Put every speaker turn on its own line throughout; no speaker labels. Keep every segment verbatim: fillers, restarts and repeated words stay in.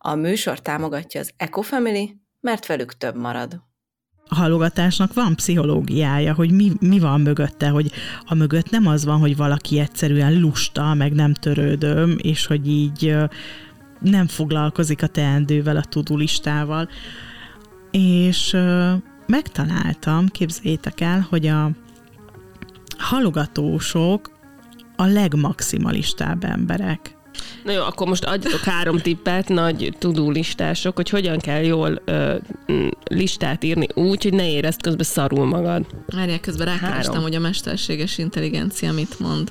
A műsor támogatja az Ecofamily, mert velük több marad.
A halogatásnak van pszichológiája, hogy mi, mi van mögötte, hogy a mögött nem az van, hogy valaki egyszerűen lusta, meg nem törődöm, és hogy így nem foglalkozik a teendővel, a tudulistával. És megtaláltam, képzeljétek el, hogy a halogatósok a legmaximalistább emberek.
Na jó, akkor most adjatok három tippet, nagy tudólistások, hogy hogyan kell jól ö, listát írni úgy, hogy ne érezd közben szarul magad.
Várjál, közben rákerestem, hogy a mesterséges intelligencia mit mond.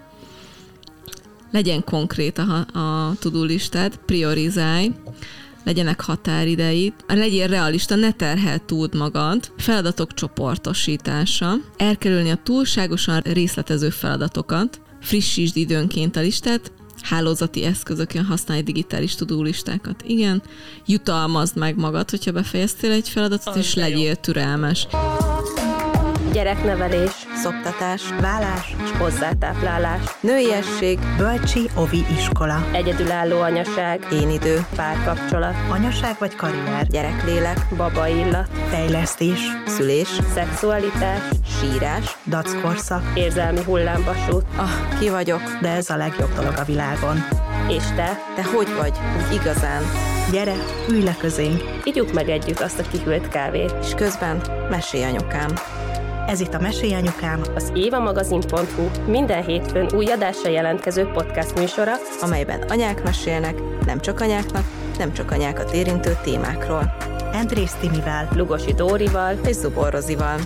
Legyen konkrét a, a tudólistát, priorizálj, legyenek határidei, legyél realista, ne terheld túl magad, feladatok csoportosítása, elkerülni a túlságosan részletező feladatokat, frissítsd időnként a listát, hálózati eszközökön használj digitális tudulistákat. Igen, jutalmazd meg magad, hogyha befejeztél egy feladatot, és legyél türelmes.
Gyereknevelés, szoptatás, vállás és hozzátáplálás, nőiesség,
bölcsi ovi iskola,
egyedülálló anyaság,
én idő,
párkapcsolat,
anyaság vagy karrier,
gyereklélek, baba illat,
fejlesztés,
szülés, szexualitás,
sírás, dackorszak,
érzelmi hullámvasút.
Ah, ki vagyok?
De ez a legjobb dolog a világon.
És te?
Te hogy vagy? Úgy igazán?
Gyere, ülj le közénk.
Igyuk meg együtt azt a kihűlt kávét.
És közben mesélj anyukám.
Ez itt a Mesélj Anyukám,
az évamagazin pont hu minden hétfőn új adásra jelentkező podcast műsora,
amelyben anyák mesélnek, nem csak anyáknak, nem csak anyákat érintő témákról.
Andrész Timivel,
Lugosi Dórival
és Zubor Rozival.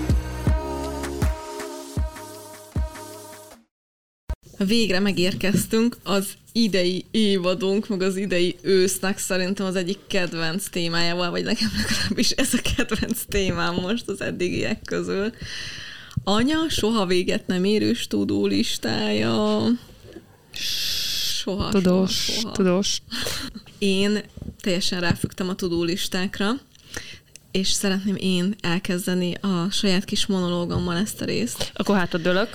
Végre megérkeztünk az idei évadunk, meg az idei ősznek szerintem az egyik kedvenc témájával, vagy nekem legalábbis ez a kedvenc témám most az eddigiek közül. Anya soha véget nem érő tudólistája. Soha,
Tudós,
soha, soha.
tudós.
Én teljesen ráfügtem a tudólistákra, és szeretném én elkezdeni a saját kis monológommal ezt a részt.
Akkor hátradőlök.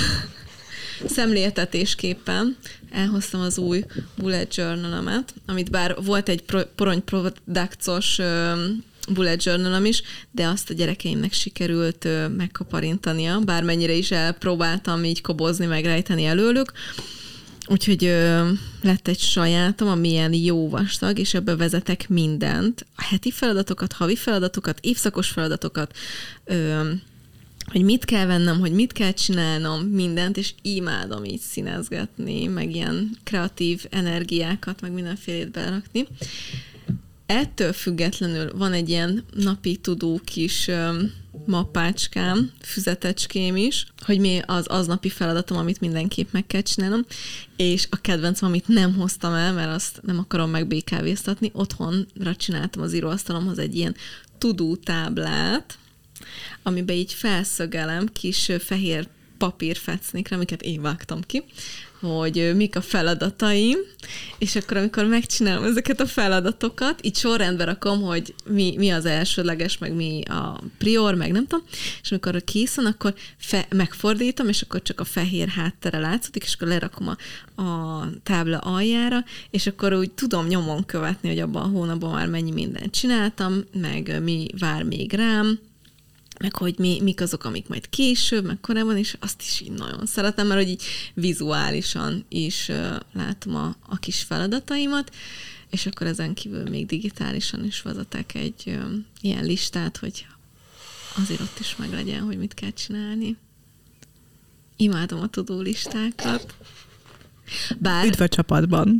Szemléltetésképpen elhoztam az új bullet journal-emet, amit bár volt egy pro- Porony Products-os bullet journal is, de azt a gyerekeimnek sikerült ö, megkaparintania, bármennyire is elpróbáltam így kobozni, megrejteni előlük. Úgyhogy ö, lett egy sajátom, ami ilyen jó vastag, és ebbe vezetek mindent. A heti feladatokat, havi feladatokat, évszakos feladatokat, ö, hogy mit kell vennem, hogy mit kell csinálnom, mindent, és imádom így színezgetni, meg ilyen kreatív energiákat, meg mindenfélét belerakni. Ettől függetlenül van egy ilyen napi tudó kis öm, mappácskám, füzetecském is, hogy mi az aznapi feladatom, amit mindenképp meg kell csinálnom, és a kedvencem, amit nem hoztam el, mert azt nem akarom megbékávéztatni, otthonra csináltam az íróasztalomhoz egy ilyen tudó táblát, amiben így felszögelem kis fehér papírfecnikre, amiket én vágtam ki, hogy mik a feladataim, és akkor amikor megcsinálom ezeket a feladatokat, így sorrendbe rakom, hogy mi, mi az elsődleges, meg mi a prior, meg nem tudom, és amikor kész van, akkor fe, megfordítom, és akkor csak a fehér háttere látszik, és akkor lerakom a, a tábla aljára, és akkor úgy tudom nyomon követni, hogy abban a hónapban már mennyi mindent csináltam, meg mi vár még rám, meg hogy mi, mik azok, amik majd később, meg korábban, és azt is így nagyon szeretem, mert hogy így vizuálisan is uh, látom a, a kis feladataimat, és akkor ezen kívül még digitálisan is vezetek egy um, ilyen listát, hogy azért ott is meg legyen, hogy mit kell csinálni. Imádom a tudó listákat. Bár...
Üdv a csapatban!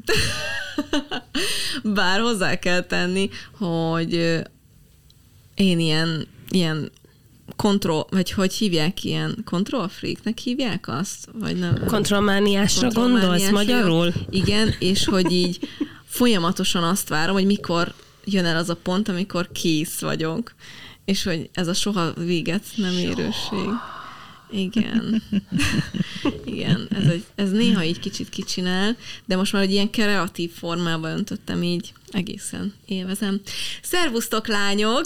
Bár hozzá kell tenni, hogy én ilyen, ilyen kontroll, vagy hogy hívják ilyen control freaknek hívják azt? Vagy nem?
Kontrollmániásra gondolsz magyarul?
Igen, és hogy így folyamatosan azt várom, hogy mikor jön el az a pont, amikor kész vagyok. És hogy ez a soha véget nem érőség. Igen. Igen, ez, egy, ez néha így kicsit kicsinál, de most már egy ilyen kreatív formában öntöttem, így egészen élvezem. Szervusztok, lányok!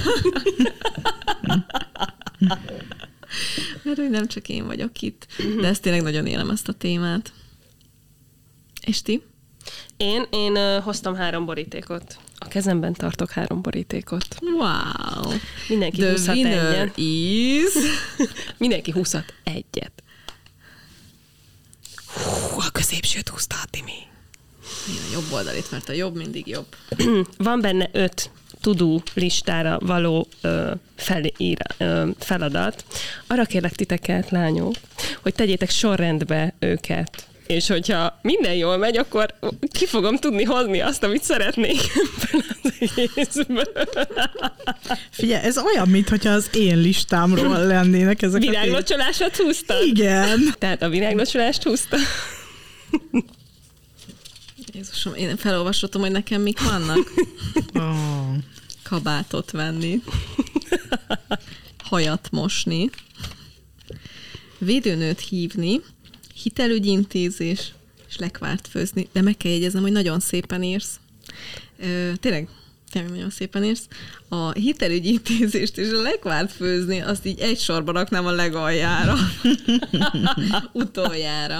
Mert hogy nem csak én vagyok itt, de ezt tényleg nagyon élem, ezt a témát. És ti?
Én, én uh, hoztam három borítékot. A kezemben tartok három borítékot.
Wow.
Mindenki
The
húzhat
winner
egyet.
is...
Mindenki húzhat egyet. Hú, a középsőt húzta a Timi.
Én a jobb oldalit, mert a jobb mindig jobb.
Van benne öt to-do listára való ö, felír, ö, feladat. Arra kérlek titeket, lányok, hogy tegyétek sorrendbe őket. És hogyha minden jól megy, akkor ki fogom tudni hozni azt, amit szeretnék ebből az egészből.
Figyelj, ez olyan, mintha az én listámról lennének ezek
Viráglocsolásat húztad?
Igen.
Tehát a viráglocsolást húzta?
Jézusom, én felolvashatom, hogy nekem mik vannak.
Oh.
Kabátot venni. Hajat mosni. Védőnőt hívni. Hitelügyintézés, és lekvárt főzni. De meg kell jegyeznem, hogy nagyon szépen írsz. Ö, tényleg, tényleg nagyon szépen írsz. A hitelügyintézést és a lekvárt főzni, azt így egy sorban raknám a legaljára. Utoljára.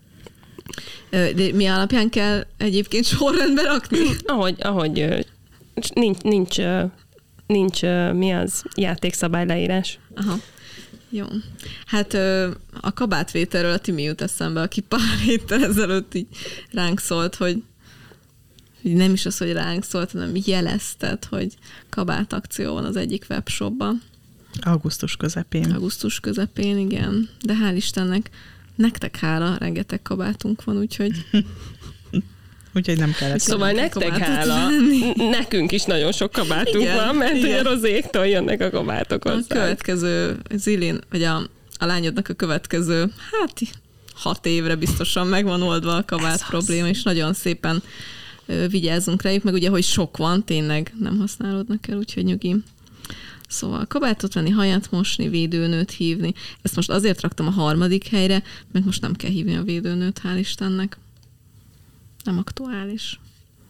Ö, de mi alapján kell egyébként sorrendbe rakni?
Ahogy, ahogy ö, nincs, nincs, ö, nincs ö, mi az játékszabály leírás.
Aha. Jó. Hát a kabátvételről a Timi jut eszembe, aki pár héttel ezelőtt így ránk szólt, hogy, hogy nem is az, hogy ránk szólt, hanem jelezted, hogy kabátakció van az egyik webshopban.
Augusztus közepén.
Augusztus közepén, igen. De hál' Istennek, nektek hála, rengeteg kabátunk van, úgyhogy...
Úgyhogy nem kellett.
Szóval nektek hála, nekünk is nagyon sok kabátunk igen, van, mert igen. a rozéktól jönnek a kabátok hozzá.
A következő, Zilin, vagy a, a lányodnak a következő, hát hat évre biztosan meg van oldva a kabát probléma, és nagyon szépen ö, vigyázzunk rájuk, meg ugye, hogy sok van, tényleg nem használódnak el, úgyhogy nyugi. Szóval kabátot venni, haját mosni, védőnőt hívni. Ezt most azért raktam a harmadik helyre, mert most nem kell hívni a védőnőt, hál' Istennek. Nem aktuális.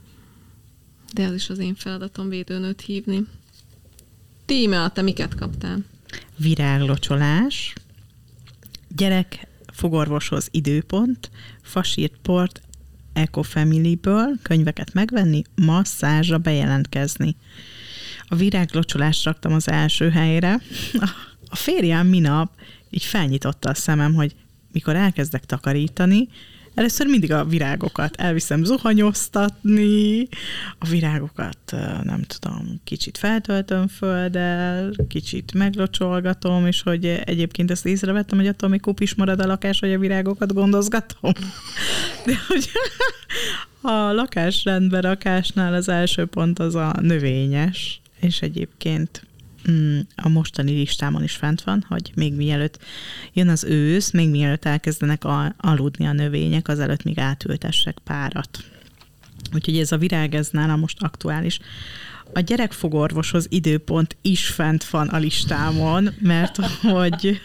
De ez is az én feladatom, védőnőt hívni. Tíme, te miket kaptál?
Viráglocsolás, gyerek fogorvoshoz időpont, fasírt port Ecofamily-ből, könyveket megvenni, masszázsra bejelentkezni. A viráglocsolást raktam az első helyre. A férjem minap így felnyitotta a szemem, hogy mikor elkezdek takarítani, először mindig a virágokat elviszem zuhanyoztatni, a virágokat, nem tudom, kicsit feltöltöm földdel, kicsit meglocsolgatom, és hogy egyébként ezt észrevettem, hogy attól még kupis marad a lakás, hogy a virágokat gondozgatom. De hogy a lakásrendbe rakásnál az első pont az a növényes, és egyébként a mostani listámon is fent van, hogy még mielőtt jön az ősz, még mielőtt elkezdenek aludni a növények, azelőtt még átültessek párat. Úgyhogy ez a virág, ez nálam most aktuális. A gyerekfogorvoshoz időpont is fent van a listámon, mert hogy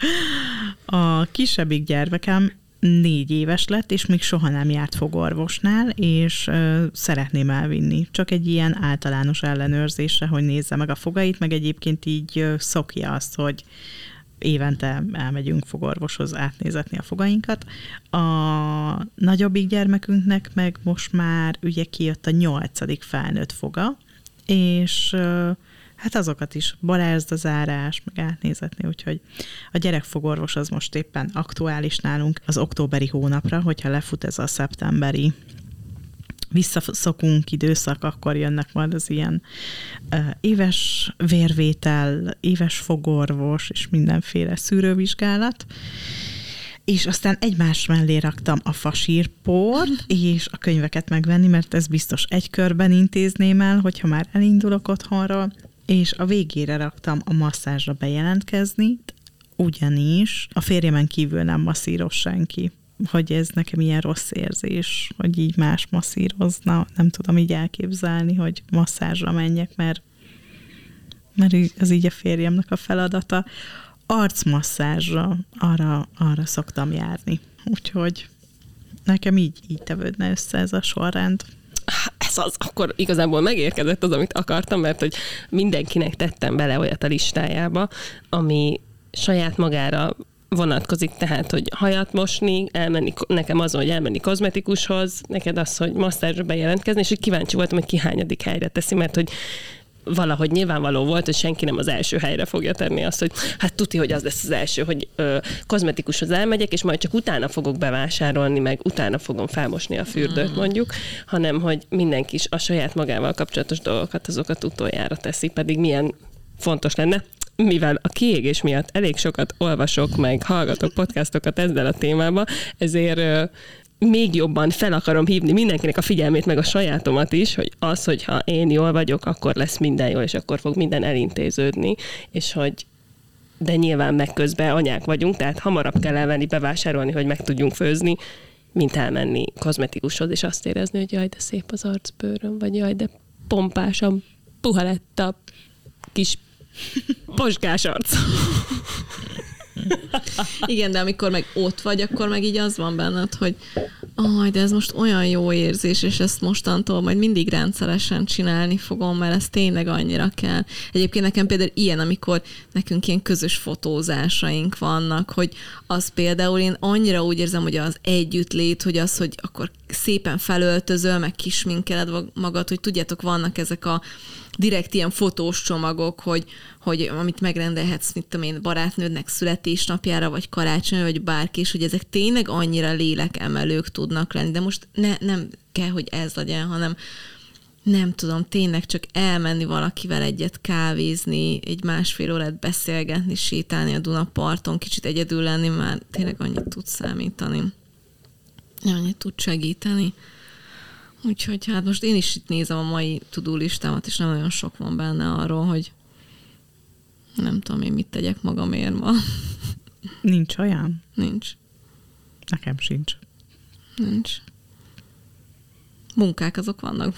a kisebbik gyermekem négy éves lett, és még soha nem járt fogorvosnál, és ö, szeretném elvinni. Csak egy ilyen általános ellenőrzésre, hogy nézze meg a fogait, meg egyébként így ö, szokja azt, hogy évente elmegyünk fogorvoshoz átnézetni a fogainkat. A nagyobbik gyermekünknek meg most már ugye kijött a nyolcadik felnőtt foga, és ö, hát azokat is balázdazárás, meg átnézetni, úgyhogy a gyerekfogorvos az most éppen aktuális nálunk az októberi hónapra, hogyha lefut ez a szeptemberi visszaszokunk időszak, akkor jönnek majd az ilyen uh, éves vérvétel, éves fogorvos és mindenféle szűrővizsgálat. És aztán egymás mellé raktam a fasírport, és a könyveket megvenni, mert ez biztos egy körben intézném el, hogyha már elindulok otthonról, és a végére raktam a masszázsra bejelentkezni, ugyanis a férjemen kívül nem masszíroz senki, hogy ez nekem ilyen rossz érzés, hogy így más masszírozna, nem tudom így elképzelni, hogy masszázsra menjek, mert, mert az így a férjemnek a feladata. Arcmasszázsra arra, arra szoktam járni, úgyhogy nekem így, így tevődne össze ez a sorrend.
Ez az, akkor igazából megérkezett az, amit akartam, mert hogy mindenkinek tettem bele olyat a listájába, ami saját magára vonatkozik, tehát, hogy hajat mosni, elmenni, nekem az, hogy elmenni kozmetikushoz, neked az, hogy masszázsra bejelentkezni, és hogy kíváncsi voltam, hogy ki hányadik helyre teszi, mert hogy valahogy nyilvánvaló volt, hogy senki nem az első helyre fogja tenni azt, hogy hát tuti, hogy az lesz az első, hogy ö, kozmetikushoz elmegyek, és majd csak utána fogok bevásárolni, meg utána fogom felmosni a fürdőt mondjuk, hanem hogy mindenki is a saját magával kapcsolatos dolgokat azokat utoljára teszi, pedig milyen fontos lenne, mivel a kiégés miatt elég sokat olvasok, meg hallgatok podcastokat ezzel a témában, ezért ö, még jobban fel akarom hívni mindenkinek a figyelmét, meg a sajátomat is, hogy az, hogyha én jól vagyok, akkor lesz minden jó, és akkor fog minden elintéződni, és hogy de nyilván meg közben anyák vagyunk, tehát hamarabb kell elmenni, bevásárolni, hogy meg tudjunk főzni, mint elmenni kozmetikushoz, és azt érezni, hogy jaj, de szép az arcbőröm, vagy jaj, de pompásan puha lett a kis posgás arc.
Igen, de amikor meg ott vagy, akkor meg így az van benned, hogy aj, de ez most olyan jó érzés, és ezt mostantól majd mindig rendszeresen csinálni fogom, mert ez tényleg annyira kell. Egyébként nekem például ilyen, amikor nekünk ilyen közös fotózásaink vannak, hogy az például én annyira úgy érzem, hogy az együttlét, hogy az, hogy akkor szépen felöltözöl, meg kisminkeled magad, hogy tudjátok, vannak ezek a direkt ilyen fotós csomagok, hogy, hogy amit megrendelhetsz, mit tudom én, barátnődnek születésnapjára, vagy karácsonyra, vagy bárki, és hogy ezek tényleg annyira lélekemelők tudnak lenni, de most ne, nem kell, hogy ez legyen, hanem nem tudom, tényleg csak elmenni valakivel egyet kávézni, egy másfél órát beszélgetni, sétálni a Dunaparton, kicsit egyedül lenni, már tényleg annyit tud számítani. Annyit tud segíteni. Úgyhogy hát most én is itt nézem a mai to-do listámat, és nem nagyon sok van benne arról, hogy nem tudom én mit tegyek magamért ma.
Nincs olyan?
Nincs.
Nekem sincs.
Nincs. Munkák azok vannak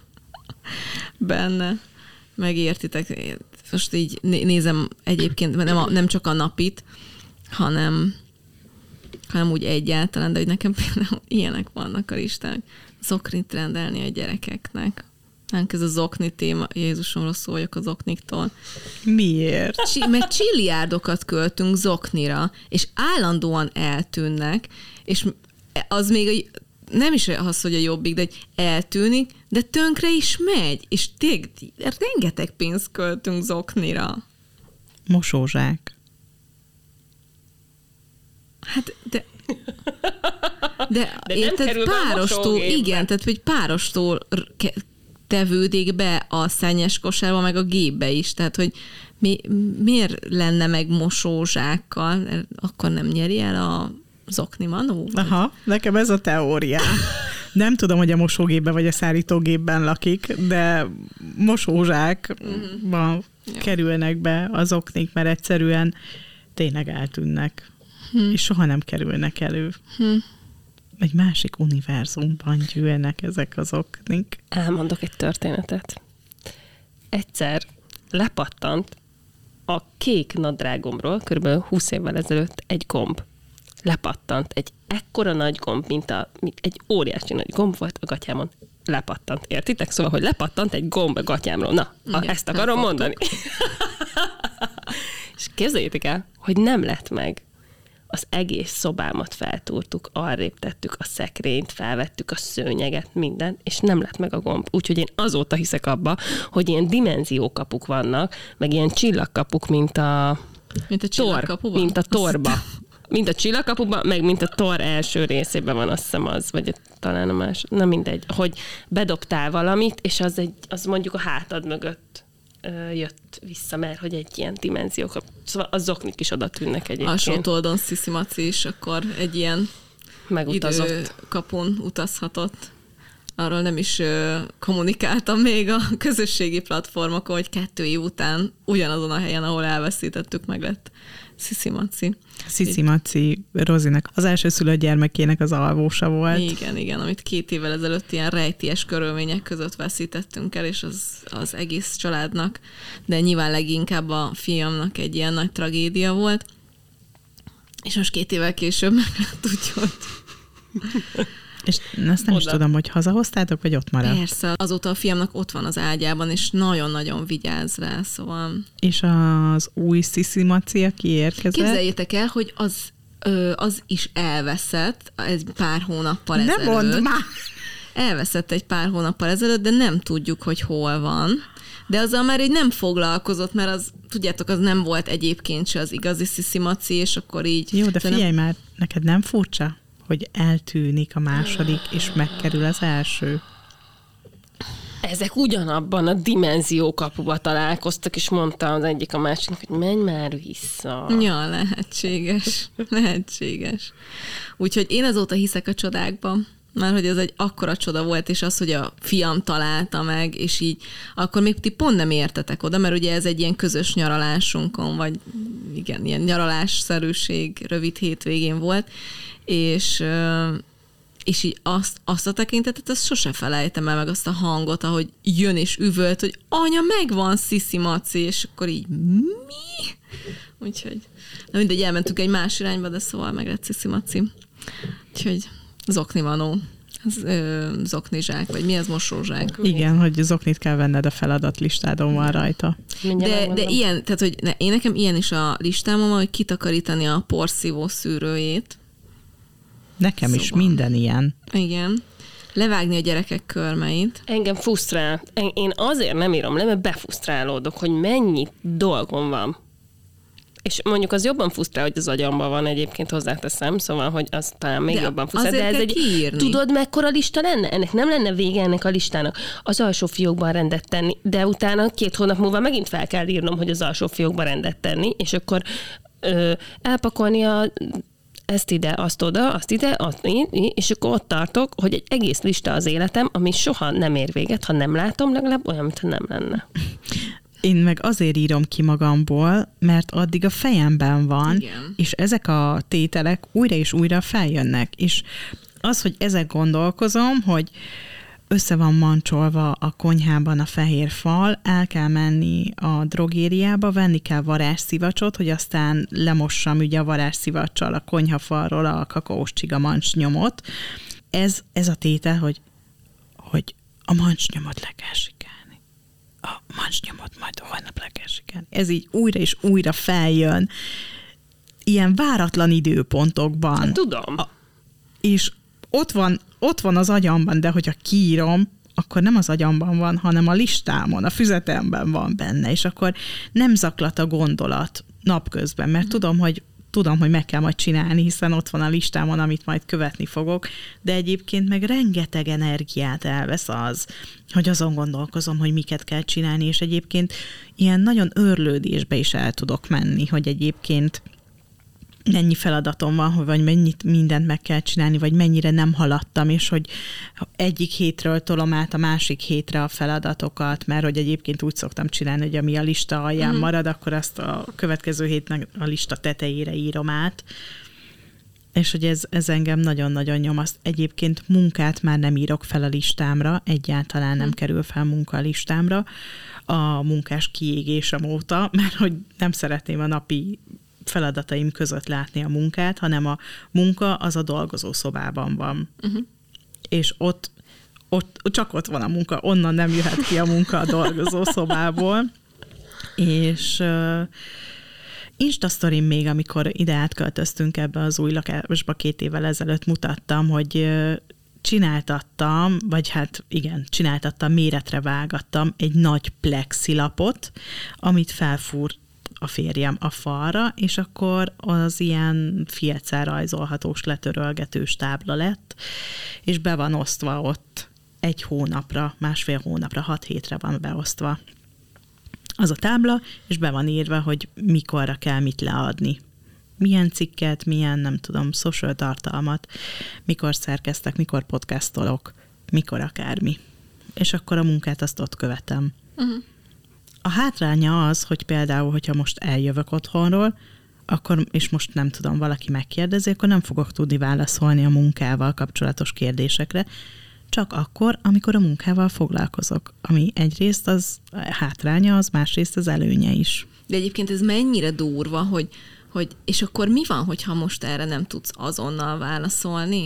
benne. Megértitek. Most így nézem egyébként, nem, a, nem csak a napit, hanem, hanem úgy egyáltalán, de hogy nekem például ilyenek vannak a listán. Zoknit rendelni a gyerekeknek. Nem ez a zokni téma. Jézusom, rosszul vagyok az zokniktól.
Miért?
Csi- mert csilliárdokat költünk zoknira, és állandóan eltűnnek, és az még a, nem is az, hogy a jobbik, de hogy eltűnik, de tönkre is megy, és tényleg rengeteg pénzt költünk zoknira.
Mosózsák.
Hát, de... De,
De
érted, párostól, igen, tehát hogy párostól tevődik be a szennyes kosárba, meg a gépbe is, tehát hogy mi, miért lenne meg mosózsákkal, akkor nem nyeri el a zokni manó?
Aha, nekem ez a teória. Nem tudom, hogy a mosógépben vagy a szárítógépben lakik, de mosózsákban uh-huh. kerülnek be az oknik, mert egyszerűen tényleg eltűnnek, hmm. és soha nem kerülnek elő. Hmm. Egy másik univerzumban gyűlnek ezek az oknik.
Elmondok egy történetet. Egyszer lepattant a kék nadrágomról, körülbelül húsz évvel ezelőtt egy gomb. Lepattant. Egy ekkora nagy gomb, mint, a, mint egy óriási nagy gomb volt a gatyámon. Lepattant. Értitek? Szóval, hogy lepattant egy gomb a gatyámról. Na, igen, ezt akarom mondani. És képzeljétek el, hogy nem lett meg. Az egész szobámat feltúrtuk, arrébb tettük a szekrényt, felvettük a szőnyeget, minden, és nem lett meg a gomb. Úgyhogy én azóta hiszek abba, hogy ilyen dimenziókapuk vannak, meg ilyen csillagkapuk, mint a,
mint a
tor, mint a torba. Mint a csillagkapuban, meg mint a tor első részében van, azt hiszem az, vagy talán a más, na mindegy, hogy bedobtál valamit, és az, egy, az mondjuk a hátad mögött jött vissza, mert hogy egy ilyen dimenzió. Szóval az zoknik is oda tűnnek egyébként.
Alsótoldon Sziszi Maci is akkor egy ilyen
megutazott.
Időkapun utazhatott. Arról nem is kommunikáltam még a közösségi platformokon, hogy kettő év után ugyanazon a helyen, ahol elveszítettük, meg lett Sziszi Maci.
Sziszi Maci Rozinak az elsőszülött gyermekének az alvósa volt.
Igen, igen, amit két évvel ezelőtt ilyen rejtélyes körülmények között veszítettünk el, és az, az egész családnak, de nyilván leginkább a fiamnak egy ilyen nagy tragédia volt. És most két évvel később meg lett, úgyhogy
És ezt nem
Oda.
is tudom, hogy hazahoztátok, vagy ott maradt.
Persze, azóta a fiamnak ott van az ágyában, és nagyon-nagyon vigyáz rá, szóval...
És az új Sziszi Maci, aki érkezett.
Képzeljétek el, hogy az, ö, az is elveszett egy pár hónappal
Ne
ezelőtt.
mondd már!
Elveszett egy pár hónappal ezelőtt, de nem tudjuk, hogy hol van. De azzal már így nem foglalkozott, mert az, tudjátok, az nem volt egyébként se az igazi Sziszi Maci, és akkor így...
Jó, de figyelj
nem...
már, neked nem furcsa, hogy eltűnik a második, és megkerül az első?
Ezek ugyanabban a dimenziókapuba találkoztak, és mondta az egyik a másiknak, hogy menj már vissza.
Ja, lehetséges. Lehetséges. Úgyhogy én azóta hiszek a csodákban. Már hogy ez egy akkora csoda volt, és az, hogy a fiam találta meg, és így, akkor még ti pont nem értetek oda, mert ugye ez egy ilyen közös nyaralásunkon, vagy igen, ilyen nyaralásszerűség rövid hétvégén volt, és, és így azt, azt a tekintetet, azt sose felejtem el, meg azt a hangot, ahogy jön és üvölt, hogy anya, megvan Sziszi Maci, és akkor így mi? Úgyhogy, na mindegy, elmentünk egy más irányba, de szóval meg lett Sziszi Maci. Úgyhogy zoknivanó, az, ö, zoknizsák, vagy mi az, mosózsák.
Igen, hogy zoknit kell venned, a feladatlistádon van rajta.
De, de ilyen, tehát hogy ne, én nekem ilyen is a listámon, hogy kitakarítani a porszívó szűrőjét.
Nekem szóval. is minden ilyen.
Igen. Levágni a gyerekek körmeit.
Engem fusztrál. Én azért nem írom le, mert befusztrálódok, hogy mennyi dolgom van. És mondjuk az jobban fusztrál, hogy az agyamban van, egyébként hozzáteszem, szóval, hogy az talán még
de
jobban fusztrál.
De
ez egy,
kiírni.
Tudod, mekkora lista lenne? Ennek nem lenne vége ennek a listának. Az alsó fiókban rendet tenni, de utána két hónap múlva megint fel kell írnom, hogy az alsó fiókban rendet tenni, és akkor ö, elpakolni a ezt ide, azt oda, azt ide, azt így, és akkor ott tartok, hogy egy egész lista az életem, ami soha nem ér véget, ha nem látom, legalább olyan, mintha nem lenne.
Én meg azért írom ki magamból, mert addig a fejemben van,
igen.
És ezek a tételek újra és újra feljönnek. És az, hogy ezek gondolkozom, hogy össze van mancsolva a konyhában a fehér fal, el kell menni a drogériába, venni kell varázsszivacsot, hogy aztán lemossam ugye a varázsszivacsal a konyhafalról a kakaós csigamancs nyomot. Ez, ez a tétel, hogy, hogy a mancsnyomot le kell sikálni. A mancsnyomot majd holnap le kell sikálni. Ez így újra és újra feljön. Ilyen váratlan időpontokban.
Hát, tudom.
A, és ott van, ott van az agyamban, de hogyha kiírom, akkor nem az agyamban van, hanem a listámon, a füzetemben van benne, és akkor nem zaklat a gondolat napközben, mert tudom, hogy tudom, hogy meg kell majd csinálni, hiszen ott van a listámon, amit majd követni fogok, de egyébként meg rengeteg energiát elvesz az, hogy azon gondolkozom, hogy miket kell csinálni, és egyébként ilyen nagyon őrlődésbe is el tudok menni, hogy egyébként mennyi feladatom van, vagy mennyit mindent meg kell csinálni, vagy mennyire nem haladtam, és hogy egyik hétről tolom át a másik hétre a feladatokat, mert hogy egyébként úgy szoktam csinálni, hogy ami a lista alján mm. marad, akkor azt a következő hétnek a lista tetejére írom át. És hogy ez, ez engem nagyon-nagyon nyomaszt. Egyébként munkát már nem írok fel a listámra, egyáltalán nem mm. kerül fel munka a listámra a munkás kiégésem óta, mert hogy nem szeretném a napi feladataim között látni a munkát, hanem a munka az a dolgozó szobában van. Uh-huh. És ott, ott, csak ott van a munka, onnan nem jöhet ki a munka a dolgozó szobából. És uh, Instastorim még, amikor ide átköltöztünk ebbe az új lakásba két évvel ezelőtt mutattam, hogy uh, csináltattam, vagy hát igen, csináltattam, méretre vágattam egy nagy plexilapot, amit felfúrt a férjem a falra, és akkor az ilyen filccel rajzolhatós, letörölgetős tábla lett, és be van osztva ott egy hónapra, másfél hónapra, hat hétre van beosztva az a tábla, és be van írva, hogy mikorra kell mit leadni. Milyen cikket, milyen, nem tudom, social tartalmat, mikor szerkeztek, mikor podcastolok, mikor akármi. És akkor a munkát azt ott követem. Uh-huh. A hátránya az, hogy például, hogyha most eljövök otthonról, akkor, és most nem tudom, valaki megkérdezi, akkor nem fogok tudni válaszolni a munkával kapcsolatos kérdésekre, csak akkor, amikor a munkával foglalkozok. Ami egyrészt az hátránya, az másrészt az előnye is.
De egyébként ez mennyire durva, hogy, hogy és akkor mi van, hogyha most erre nem tudsz azonnal válaszolni?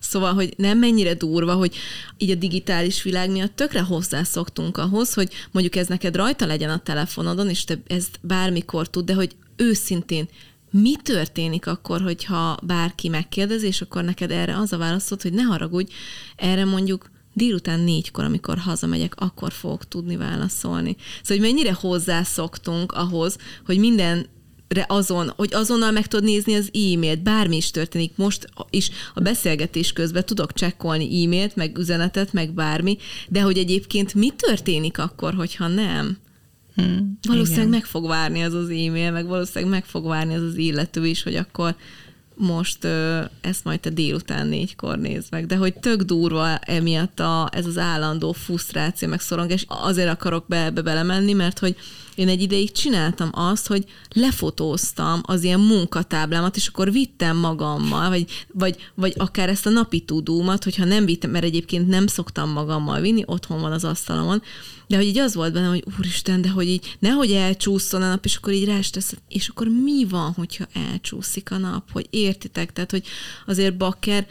Szóval, hogy nem mennyire durva, hogy így a digitális világ miatt tökre hozzászoktunk ahhoz, hogy mondjuk ez neked rajta legyen a telefonodon, és te ezt bármikor tud, de hogy őszintén mi történik akkor, hogyha bárki megkérdezi, és akkor neked erre az a válaszod, hogy ne haragudj, erre mondjuk délután négykor, amikor hazamegyek, akkor fogok tudni válaszolni. Szóval, hogy mennyire hozzászoktunk ahhoz, hogy minden azon, hogy azonnal meg tudod nézni az e-mailt, bármi is történik. Most is a beszélgetés közben tudok csekkolni e-mailt, meg üzenetet, meg bármi, de hogy egyébként mi történik akkor, hogyha nem? Hmm, valószínűleg igen. Meg fog várni az az e-mail, meg valószínűleg meg fog várni az az illető is, hogy akkor most ö, ezt majd te délután négykor nézd meg. De hogy tök durva emiatt a, ez az állandó frusztráció, meg szorongás. Azért akarok be, be belemenni, mert hogy én egy ideig csináltam azt, hogy lefotóztam az ilyen munkatáblámat, és akkor vittem magammal, vagy, vagy, vagy akár ezt a napi tudómat, hogyha nem vittem, mert egyébként nem szoktam magammal vinni, otthon van az asztalomon, de hogy így az volt benne, hogy úristen, de hogy így nehogy elcsúszson a nap, és akkor így rástesz, és akkor mi van, hogyha elcsúszik a nap, hogy értitek? Tehát, hogy azért bakker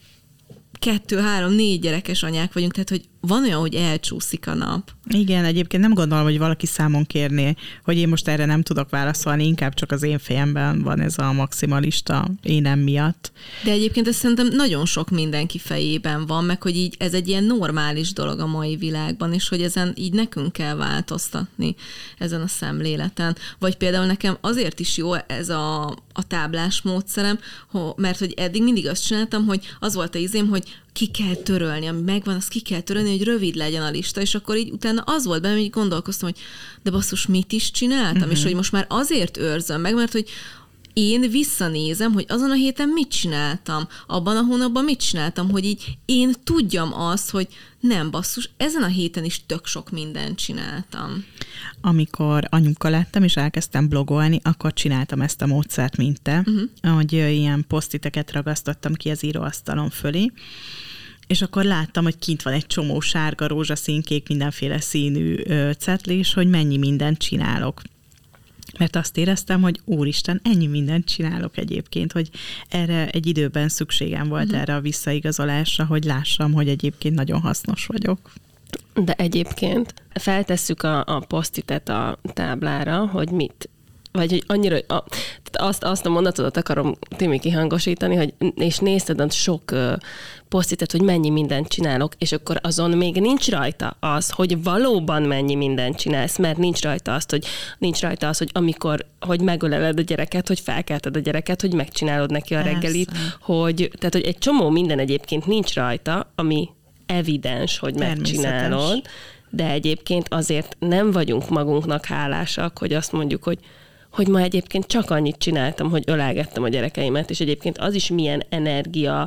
kettő, három, négy gyerekes anyák vagyunk, tehát, hogy van olyan, hogy elcsúszik a nap.
Igen, egyébként nem gondolom, hogy valaki számon kérné, hogy én most erre nem tudok válaszolni, inkább csak az én fejemben van ez a maximalista énem miatt.
De egyébként ez szerintem nagyon sok mindenki fejében van, meg hogy így ez egy ilyen normális dolog a mai világban, és hogy ezen így nekünk kell változtatni, ezen a szemléleten. Vagy például nekem azért is jó ez a, a táblás módszerem, mert hogy eddig mindig azt csináltam, hogy az volt a izém, hogy ki kell törölni, ami megvan, azt ki kell törölni, hogy rövid legyen a lista, és akkor így utána az volt benne, hogy gondolkoztam, hogy de basszus, mit is csináltam, uh-huh. és hogy most már azért őrzöm meg, mert hogy én visszanézem, hogy azon a héten mit csináltam, abban a hónapban mit csináltam, hogy így én tudjam azt, hogy nem basszus, ezen a héten is tök sok mindent csináltam.
Amikor anyuka lettem, és elkezdtem blogolni, akkor csináltam ezt a módszert, mint te, uh-huh. hogy ilyen posztiteket ragasztottam ki az íróasztalon fölé, és akkor láttam, hogy kint van egy csomó sárga, rózsaszín, kék, mindenféle színű cetli, és hogy mennyi mindent csinálok. Mert azt éreztem, hogy úristen, ennyi mindent csinálok egyébként, hogy erre egy időben szükségem volt uh-huh. erre a visszaigazolásra, hogy lássam, hogy egyébként nagyon hasznos vagyok.
De egyébként feltesszük a, a posztitet a táblára, hogy mit, vagy hogy annyira, a, azt, azt a mondatodat akarom, Timi, kihangosítani, hogy és nézted a sok uh, posztitet, hogy mennyi mindent csinálok, és akkor azon még nincs rajta az, hogy valóban mennyi mindent csinálsz, mert nincs rajta azt, hogy nincs rajta az, hogy amikor, hogy megöleled a gyereket, hogy felkelted a gyereket, hogy megcsinálod neki a reggelit, hogy, tehát, hogy egy csomó minden egyébként nincs rajta, ami evidens, hogy megcsinálod, de egyébként azért nem vagyunk magunknak hálásak, hogy azt mondjuk, hogy hogy ma egyébként csak annyit csináltam, hogy ölelgettem a gyerekeimet, és egyébként az is milyen energia,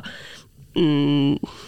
mm,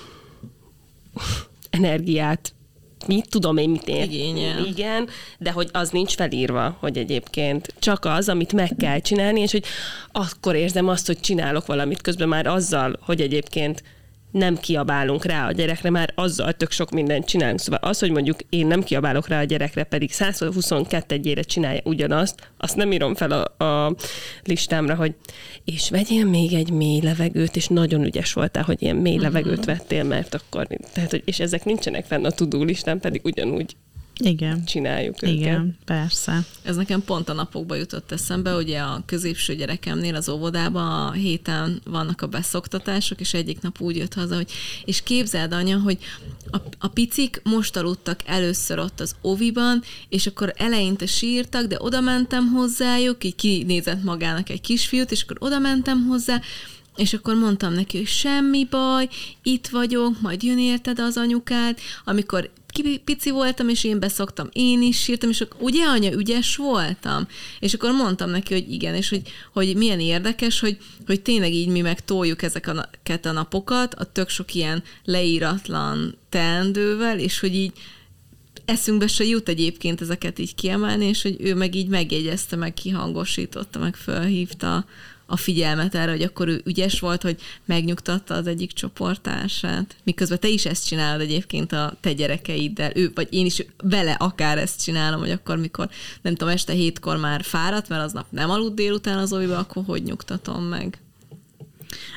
energiát, mit tudom én, mit ér.
Igényel.
Igen, de hogy az nincs felírva, hogy egyébként csak az, amit meg kell csinálni, és hogy akkor érzem azt, hogy csinálok valamit, közben már azzal, hogy egyébként nem kiabálunk rá a gyerekre, már azzal tök sok mindent csinálunk. Szóval az, hogy mondjuk én nem kiabálok rá a gyerekre, pedig százhuszonkettő csinálja ugyanazt, azt nem írom fel a, a listámra, hogy és vegyél még egy mély levegőt, és nagyon ügyes voltál, hogy ilyen mély levegőt vettél, mert akkor, tehát, hogy, és ezek nincsenek fenn a to-do listán, pedig ugyanúgy
igen.
csináljuk
Igen,
őket.
persze.
Ez nekem pont a napokba jutott eszembe, ugye a középső gyerekemnél az óvodában a héten vannak a beszoktatások, és egyik nap úgy jött haza, hogy és képzeld, anya, hogy a, a picik most aludtak először ott az oviban, és akkor eleinte sírtak, de oda mentem hozzájuk, így kinézett magának egy kisfiút, és akkor oda mentem hozzá, és akkor mondtam neki, hogy semmi baj, itt vagyok, majd jön érted az anyukád, amikor pici voltam, és én beszoktam, én is sírtam, és akkor ugye, anya, ügyes voltam? És akkor mondtam neki, hogy igen, és hogy, hogy milyen érdekes, hogy, hogy tényleg így mi meg toljuk ezeket a napokat, a tök sok ilyen leíratlan teendővel, és hogy így eszünkbe se jut egyébként ezeket így kiemelni, és hogy ő meg így megjegyezte, meg kihangosította, meg felhívta a figyelmet erre, hogy akkor ő ügyes volt, hogy megnyugtatta az egyik csoporttársát. Miközben te is ezt csinálod egyébként a te gyerekeiddel, ő, vagy én is vele akár ezt csinálom, hogy akkor, mikor nem tudom, este hétkor már fáradt, mert aznap nem aludt délután az oviba, akkor hogy nyugtatom meg?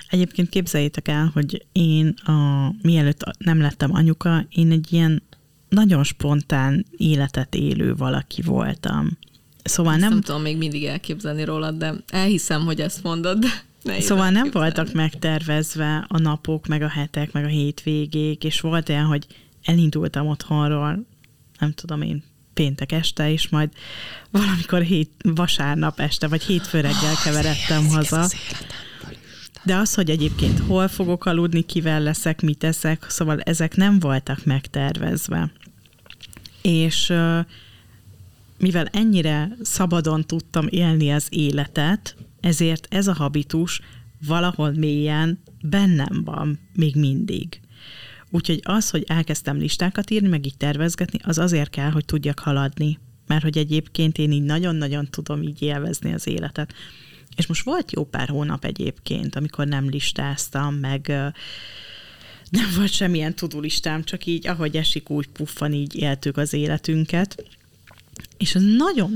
Egyébként képzeljétek el, hogy én a, mielőtt nem lettem anyuka, én egy ilyen nagyon spontán életet élő valaki voltam. Szóval
Ezt
nem...
nem tudom még mindig elképzelni rólad, de elhiszem, hogy ezt mondod. De
szóval nem voltak megtervezve a napok, meg a hetek, meg a hétvégék, és volt olyan, hogy elindultam otthonról, nem tudom én, péntek este, és majd valamikor hét, vasárnap este, vagy hétfő reggel keveredtem oh, haza. De az, hogy egyébként hol fogok aludni, kivel leszek, mit eszek, szóval ezek nem voltak megtervezve. És mivel ennyire szabadon tudtam élni az életet, ezért ez a habitus valahol mélyen bennem van még mindig. Úgyhogy az, hogy elkezdtem listákat írni, meg így tervezgetni, az azért kell, hogy tudjak haladni. Mert hogy egyébként én így nagyon-nagyon tudom így élvezni az életet. És most volt jó pár hónap egyébként, amikor nem listáztam, meg nem volt semmilyen tudulistám, csak így, ahogy esik, úgy puffan, így éltük az életünket. És ez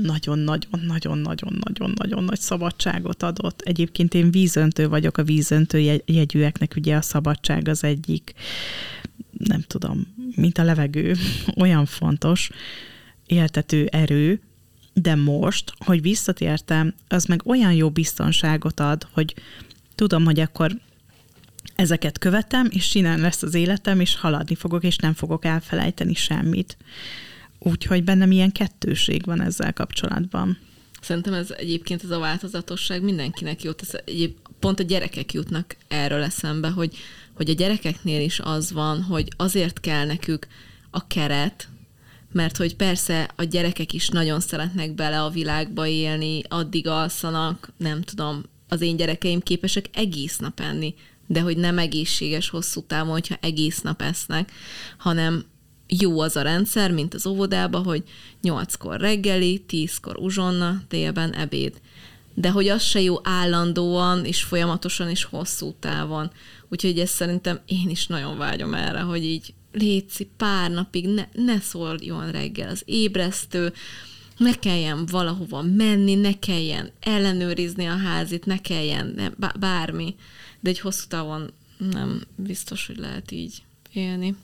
nagyon-nagyon-nagyon-nagyon-nagyon-nagyon nagy szabadságot adott. Egyébként én vízöntő vagyok, a vízöntő jegyűeknek ugye a szabadság az egyik, nem tudom, mint a levegő, olyan fontos éltető erő, de most, hogy visszatértem, az meg olyan jó biztonságot ad, hogy tudom, hogy akkor ezeket követem, és innen lesz az életem, és haladni fogok, és nem fogok elfelejteni semmit. Úgyhogy bennem ilyen kettőség van ezzel kapcsolatban.
Szerintem ez egyébként ez a változatosság mindenkinek jót. Ez egyéb, pont a gyerekek jutnak erről eszembe, hogy, hogy a gyerekeknél is az van, hogy azért kell nekük a keret, mert hogy persze a gyerekek is nagyon szeretnek bele a világba élni, addig alszanak, nem tudom, az én gyerekeim képesek egész nap enni, de hogy nem egészséges hosszú távon, hogyha egész nap esznek, hanem jó az a rendszer, mint az óvodában, hogy nyolckor reggeli, tízkor uzsonna, délben ebéd. De hogy az se jó állandóan, és folyamatosan, és hosszú távon. Úgyhogy ezt szerintem én is nagyon vágyom erre, hogy így létszi pár napig, ne, ne szóljon reggel az ébresztő, ne kelljen valahova menni, ne kelljen ellenőrizni a házit, ne kelljen ne, bármi. De egy hosszú távon nem biztos, hogy lehet így élni.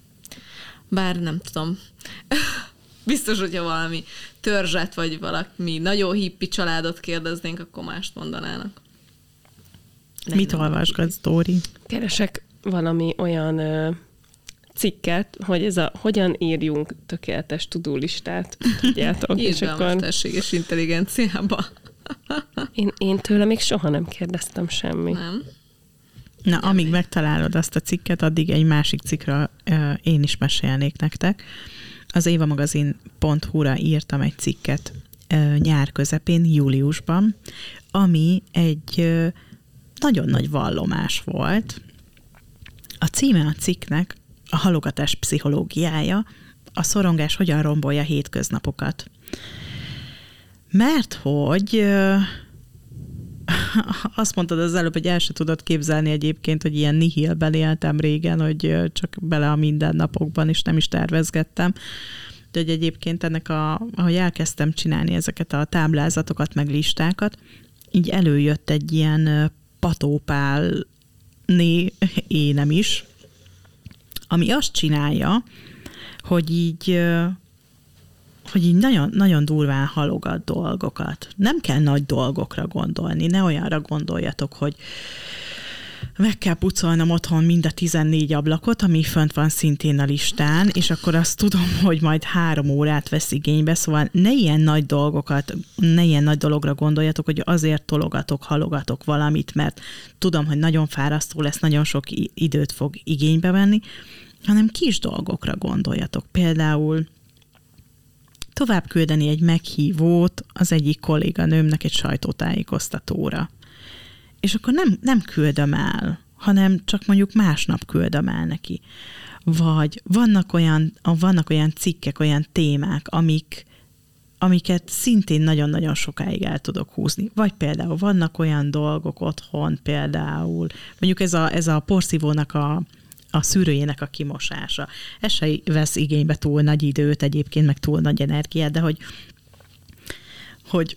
Bár nem tudom. Biztos, hogyha valami törzset, vagy valami nagyon hippi családot kérdeznénk, akkor mást mondanának.
Nem Mit olvasgatsz, Dóri?
Keresek valami olyan ö, cikket, hogy ez a hogyan írjunk tökéletes tudólistát, tudjátok.
Írd be a mesterséges intelligenciába.
én, én tőle még soha nem kérdeztem semmi.
Nem.
Na, amíg megtalálod azt a cikket, addig egy másik cikkről uh, én is mesélnék nektek. Az évamagazin pont hu-ra írtam egy cikket uh, nyár közepén, júliusban, ami egy uh, nagyon nagy vallomás volt. A címe a cikknek a halogatás pszichológiája, a szorongás hogyan rombolja a hétköznapokat. Mert hogy... Uh, azt mondtad az előbb, hogy el se tudod képzelni egyébként, hogy ilyen nihilben éltem régen, hogy csak bele a mindennapokban, és nem is tervezgettem. De hogy egyébként ennek, a, ahogy elkezdtem csinálni ezeket a táblázatokat, meg listákat, így előjött egy ilyen patópálné énem is, ami azt csinálja, hogy így... hogy így nagyon, nagyon durván halogat dolgokat. Nem kell nagy dolgokra gondolni, ne olyanra gondoljatok, hogy meg kell pucolnom otthon mind a tizennégy ablakot, ami fönt van szintén a listán, és akkor azt tudom, hogy majd három órát vesz igénybe, szóval ne ilyen nagy dolgokat, ne ilyen nagy dologra gondoljatok, hogy azért tologatok, halogatok valamit, mert tudom, hogy nagyon fárasztó lesz, nagyon sok időt fog igénybe venni, hanem kis dolgokra gondoljatok. Például tovább küldeni egy meghívót az egyik kolléganőmnek egy sajtótájékoztatóra. És akkor nem, nem küldöm el, hanem csak mondjuk másnap küldöm el neki. Vagy vannak olyan, vannak olyan cikkek, olyan témák, amik, amiket szintén nagyon-nagyon sokáig el tudok húzni. Vagy például vannak olyan dolgok otthon, például mondjuk ez a, ez a porszívónak a a szűrőjének a kimosása. Ez se vesz igénybe túl nagy időt egyébként, meg túl nagy energiát, de hogy, hogy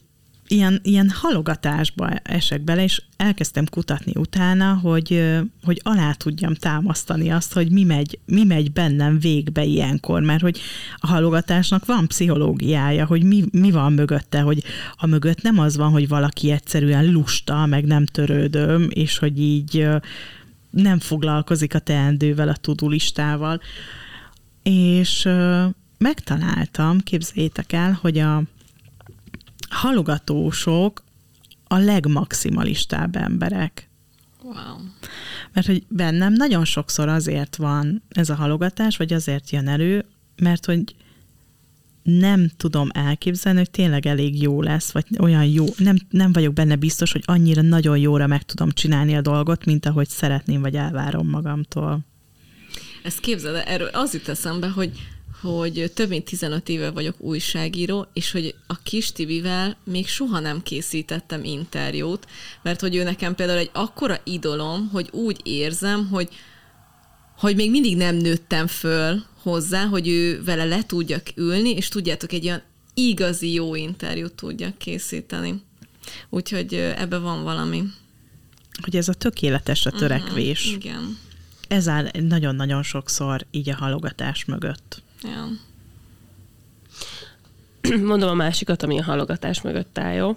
ilyen, ilyen halogatásba esek bele, és elkezdtem kutatni utána, hogy, hogy alá tudjam támasztani azt, hogy mi megy, mi megy bennem végbe ilyenkor, mert hogy a halogatásnak van pszichológiája, hogy mi, mi van mögötte, hogy a mögött nem az van, hogy valaki egyszerűen lusta, meg nem törődöm, és hogy így nem foglalkozik a teendővel, a tudulistával. És megtaláltam, képzeljétek el, hogy a halogatósok a legmaximalistább emberek.
Wow.
Mert hogy bennem nagyon sokszor azért van ez a halogatás, vagy azért jön elő, mert hogy nem tudom elképzelni, hogy tényleg elég jó lesz, vagy olyan jó, nem, nem vagyok benne biztos, hogy annyira nagyon jóra meg tudom csinálni a dolgot, mint ahogy szeretném, vagy elvárom magamtól.
Ezt képzeld, erről az jut eszembe, hogy hogy több mint tizenöt éve vagyok újságíró, és hogy a Kis Tibivel még soha nem készítettem interjút, mert hogy ő nekem például egy akkora idolom, hogy úgy érzem, hogy, hogy még mindig nem nőttem föl hozzá, hogy ő vele le tudjak ülni, és tudjátok, egy olyan igazi jó interjút tudjak készíteni. Úgyhogy ebben van valami.
Hogy ez a tökéletesre törekvés.
Uh-huh, igen.
Ez áll nagyon-nagyon sokszor így a halogatás mögött.
Ja.
Mondom a másikat, ami a halogatás mögött áll, jó?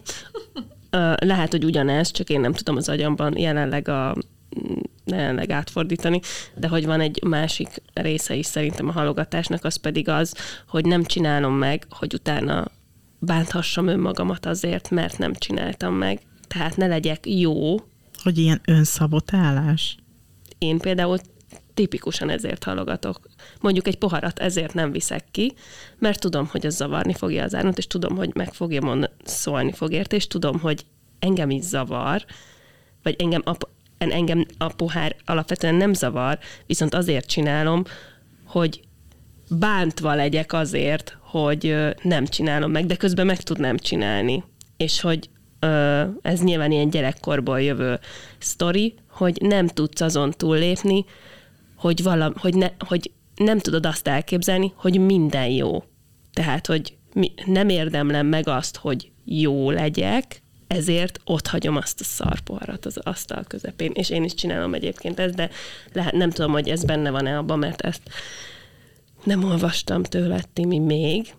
Lehet, hogy ugyanez, csak én nem tudom az agyamban jelenleg, a, jelenleg átfordítani, de hogy van egy másik része is szerintem a halogatásnak, az pedig az, hogy nem csinálom meg, hogy utána bánthassam önmagamat azért, mert nem csináltam meg. Tehát ne legyek jó.
Hogy ilyen önszabotálás?
Én például tipikusan ezért halogatok. Mondjuk egy poharat ezért nem viszek ki, mert tudom, hogy az zavarni fogja az árnot, és tudom, hogy meg fogja mondani, szólni fog érte, és tudom, hogy engem is zavar, vagy engem a, engem a pohár alapvetően nem zavar, viszont azért csinálom, hogy bántva legyek azért, hogy nem csinálom meg, de közben meg tudnám csinálni. És hogy ez nyilván ilyen gyerekkorból jövő sztori, hogy nem tudsz azon túllépni, hogy, valam, hogy, ne, hogy nem tudod azt elképzelni, hogy minden jó. Tehát, hogy mi, nem érdemlem meg azt, hogy jó legyek, ezért ott hagyom azt a szarpoharat az asztal közepén. És én is csinálom egyébként ezt, de lehet, nem tudom, hogy ez benne van-e abban, mert ezt nem olvastam tőled, Timi, még,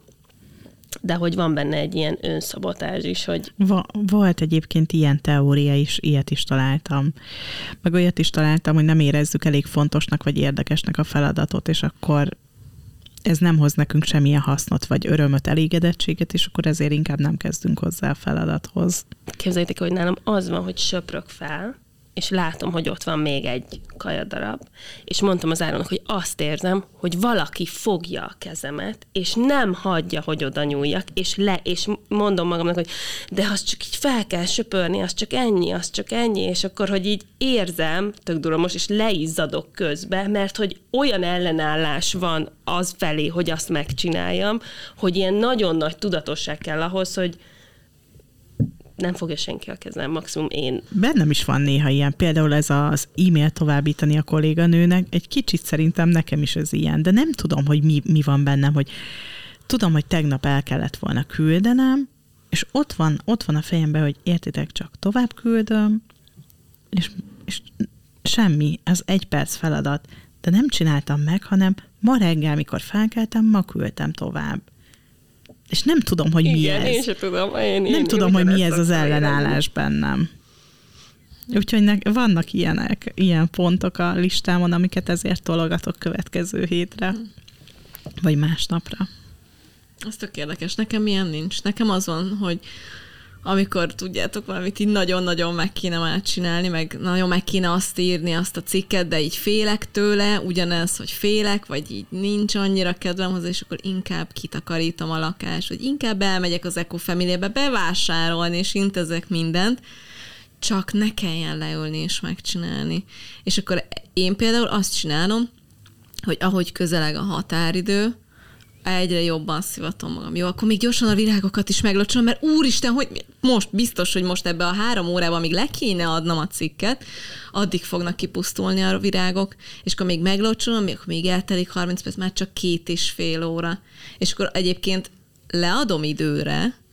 de hogy van benne egy ilyen önszabotázs is, hogy...
Va- volt egyébként ilyen teória is, ilyet is találtam. Meg olyat is találtam, hogy nem érezzük elég fontosnak vagy érdekesnek a feladatot, és akkor ez nem hoz nekünk semmilyen hasznot, vagy örömöt, elégedettséget, és akkor ezért inkább nem kezdünk hozzá a feladathoz.
Képzeljétek, hogy nálam az van, hogy söprök fel, és látom, hogy ott van még egy kajadarab, és mondtam az Áronnak, hogy azt érzem, hogy valaki fogja a kezemet, és nem hagyja, hogy oda nyúljak, és le, és mondom magamnak, hogy de az csak így fel kell söpörni, az csak ennyi, az csak ennyi, és akkor, hogy így érzem, tök durva most, és leizzadok közbe, mert hogy olyan ellenállás van az felé, hogy azt megcsináljam, hogy ilyen nagyon nagy tudatosság kell ahhoz, hogy nem fogja senki a kezem, maximum én.
Bennem is van néha ilyen, például ez az e-mail továbbítani a kolléganőnek, egy kicsit szerintem nekem is ez ilyen, de nem tudom, hogy mi, mi van bennem, hogy tudom, hogy tegnap el kellett volna küldenem, és ott van, ott van a fejemben, hogy értitek, csak tovább küldöm, és, és semmi, az egy perc feladat, de nem csináltam meg, hanem ma reggel, mikor felkeltem, ma küldtem tovább. És nem tudom, hogy mi
Igen,
ez.
én sem tudom. Én,
nem
én,
tudom,
én
hogy mi ez az
érezni.
ellenállás bennem. Úgyhogy ne, vannak ilyenek, ilyen pontok a listámon, amiket ezért tologatok következő hétre, vagy másnapra.
Ez tök érdekes. Nekem ilyen nincs. Nekem az van, hogy amikor tudjátok valamit így nagyon-nagyon meg kéne már csinálni, meg nagyon meg kéne azt írni, azt a cikket, de így félek tőle, ugyanez, hogy félek, vagy így nincs annyira kedvem hozzá, és akkor inkább kitakarítom a lakást, vagy inkább elmegyek az Ecofamilybe bevásárolni, és intézek mindent, csak ne kelljen leülni és megcsinálni. És akkor én például azt csinálom, hogy ahogy közeleg a határidő, egyre jobban szivatom magam. Jó, akkor még gyorsan a virágokat is meglocsolom, mert úristen, hogy most biztos, hogy most ebbe a három órában, amíg le kéne adnom a cikket, addig fognak kipusztulni a virágok, és akkor még meglocsolom, akkor még eltelik harminc perc, már csak két és fél óra. És akkor egyébként leadom időre,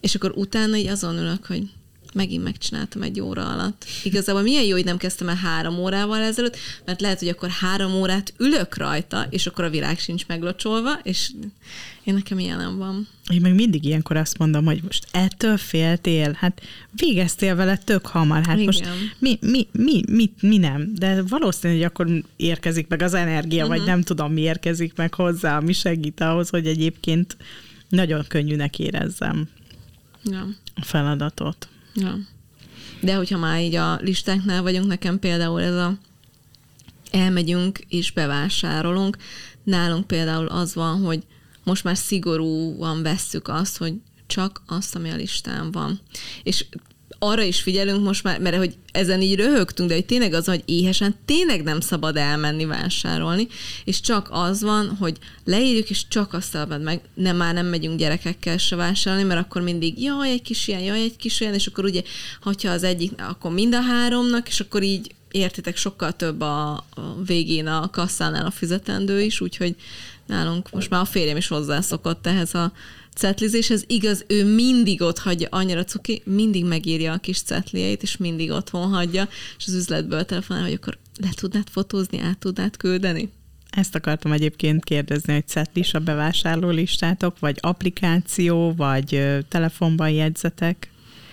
és akkor utána így azon ülök, hogy megint megcsináltam egy óra alatt. Igazából milyen jó, hogy nem kezdtem el három órával ezelőtt, mert lehet, hogy akkor három órát ülök rajta, és akkor a világ sincs meglocsolva, és én nekem ilyen nem van.
Én meg mindig ilyenkor azt mondom, hogy most ettől féltél, hát végeztél vele tök hamar, hát igen. Most mi, mi, mi, mi, mi nem, de valószínű, hogy akkor érkezik meg az energia, uh-huh. vagy nem tudom, mi érkezik meg hozzá, ami segít ahhoz, hogy egyébként nagyon könnyűnek érezzem
ja.
a feladatot.
Ja. De hogyha már így a listáknál vagyunk, nekem például ez a elmegyünk és bevásárolunk, nálunk például az van, hogy most már szigorúan vesszük azt, hogy csak azt, ami a listán van. És arra is figyelünk most már, mert hogy ezen így röhögtünk, de hogy tényleg az, hogy éhesen tényleg nem szabad elmenni vásárolni, és csak az van, hogy leírjuk, és csak azt szabad meg, nem, már nem megyünk gyerekekkel se vásárolni, mert akkor mindig jaj, egy kis ilyen, jaj, egy kis ilyen, és akkor ugye, hogyha az egyik, akkor mind a háromnak, és akkor így értitek, sokkal több a, a végén a kasszánál a fizetendő is, úgyhogy nálunk most már a férjem is hozzászokott ehhez a cetlizéshez. Igaz, ő mindig ott hagyja, annyira cuki, mindig megírja a kis cetlieit, és mindig otthon hagyja, és az üzletből telefonál, hogy akkor le tudnád fotózni, át tudnád küldeni?
Ezt akartam egyébként kérdezni, hogy cetlis a bevásárló listátok, vagy applikáció, vagy telefonban jegyzetek?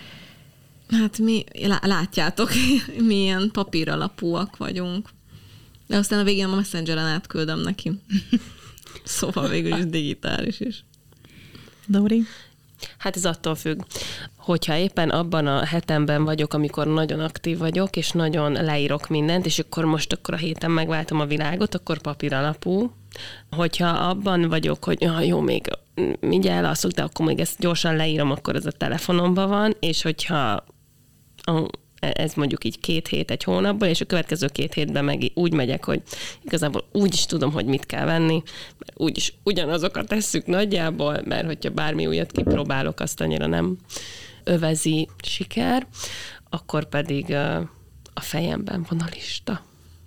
Hát mi, látjátok, milyen papír alapúak vagyunk. De aztán a végén a Messengeren átküldöm neki. Szóval végül is digitális is.
Dóri?
Hát ez attól függ, hogyha éppen abban a hetemben vagyok, amikor nagyon aktív vagyok, és nagyon leírok mindent, és akkor most akkor a héten megváltom a világot, akkor papír alapú. Hogyha abban vagyok, hogy ja, jó, még mindjárt elalszok, de akkor még ezt gyorsan leírom, akkor ez a telefonomban van, és hogyha ez mondjuk így két hét, egy hónapból, és a következő két hétben meg úgy megyek, hogy igazából úgy is tudom, hogy mit kell venni, mert úgyis ugyanazokat tesszük nagyjából, mert hogyha bármi újat kipróbálok, azt annyira nem övezi siker, akkor pedig a fejemben van a lista.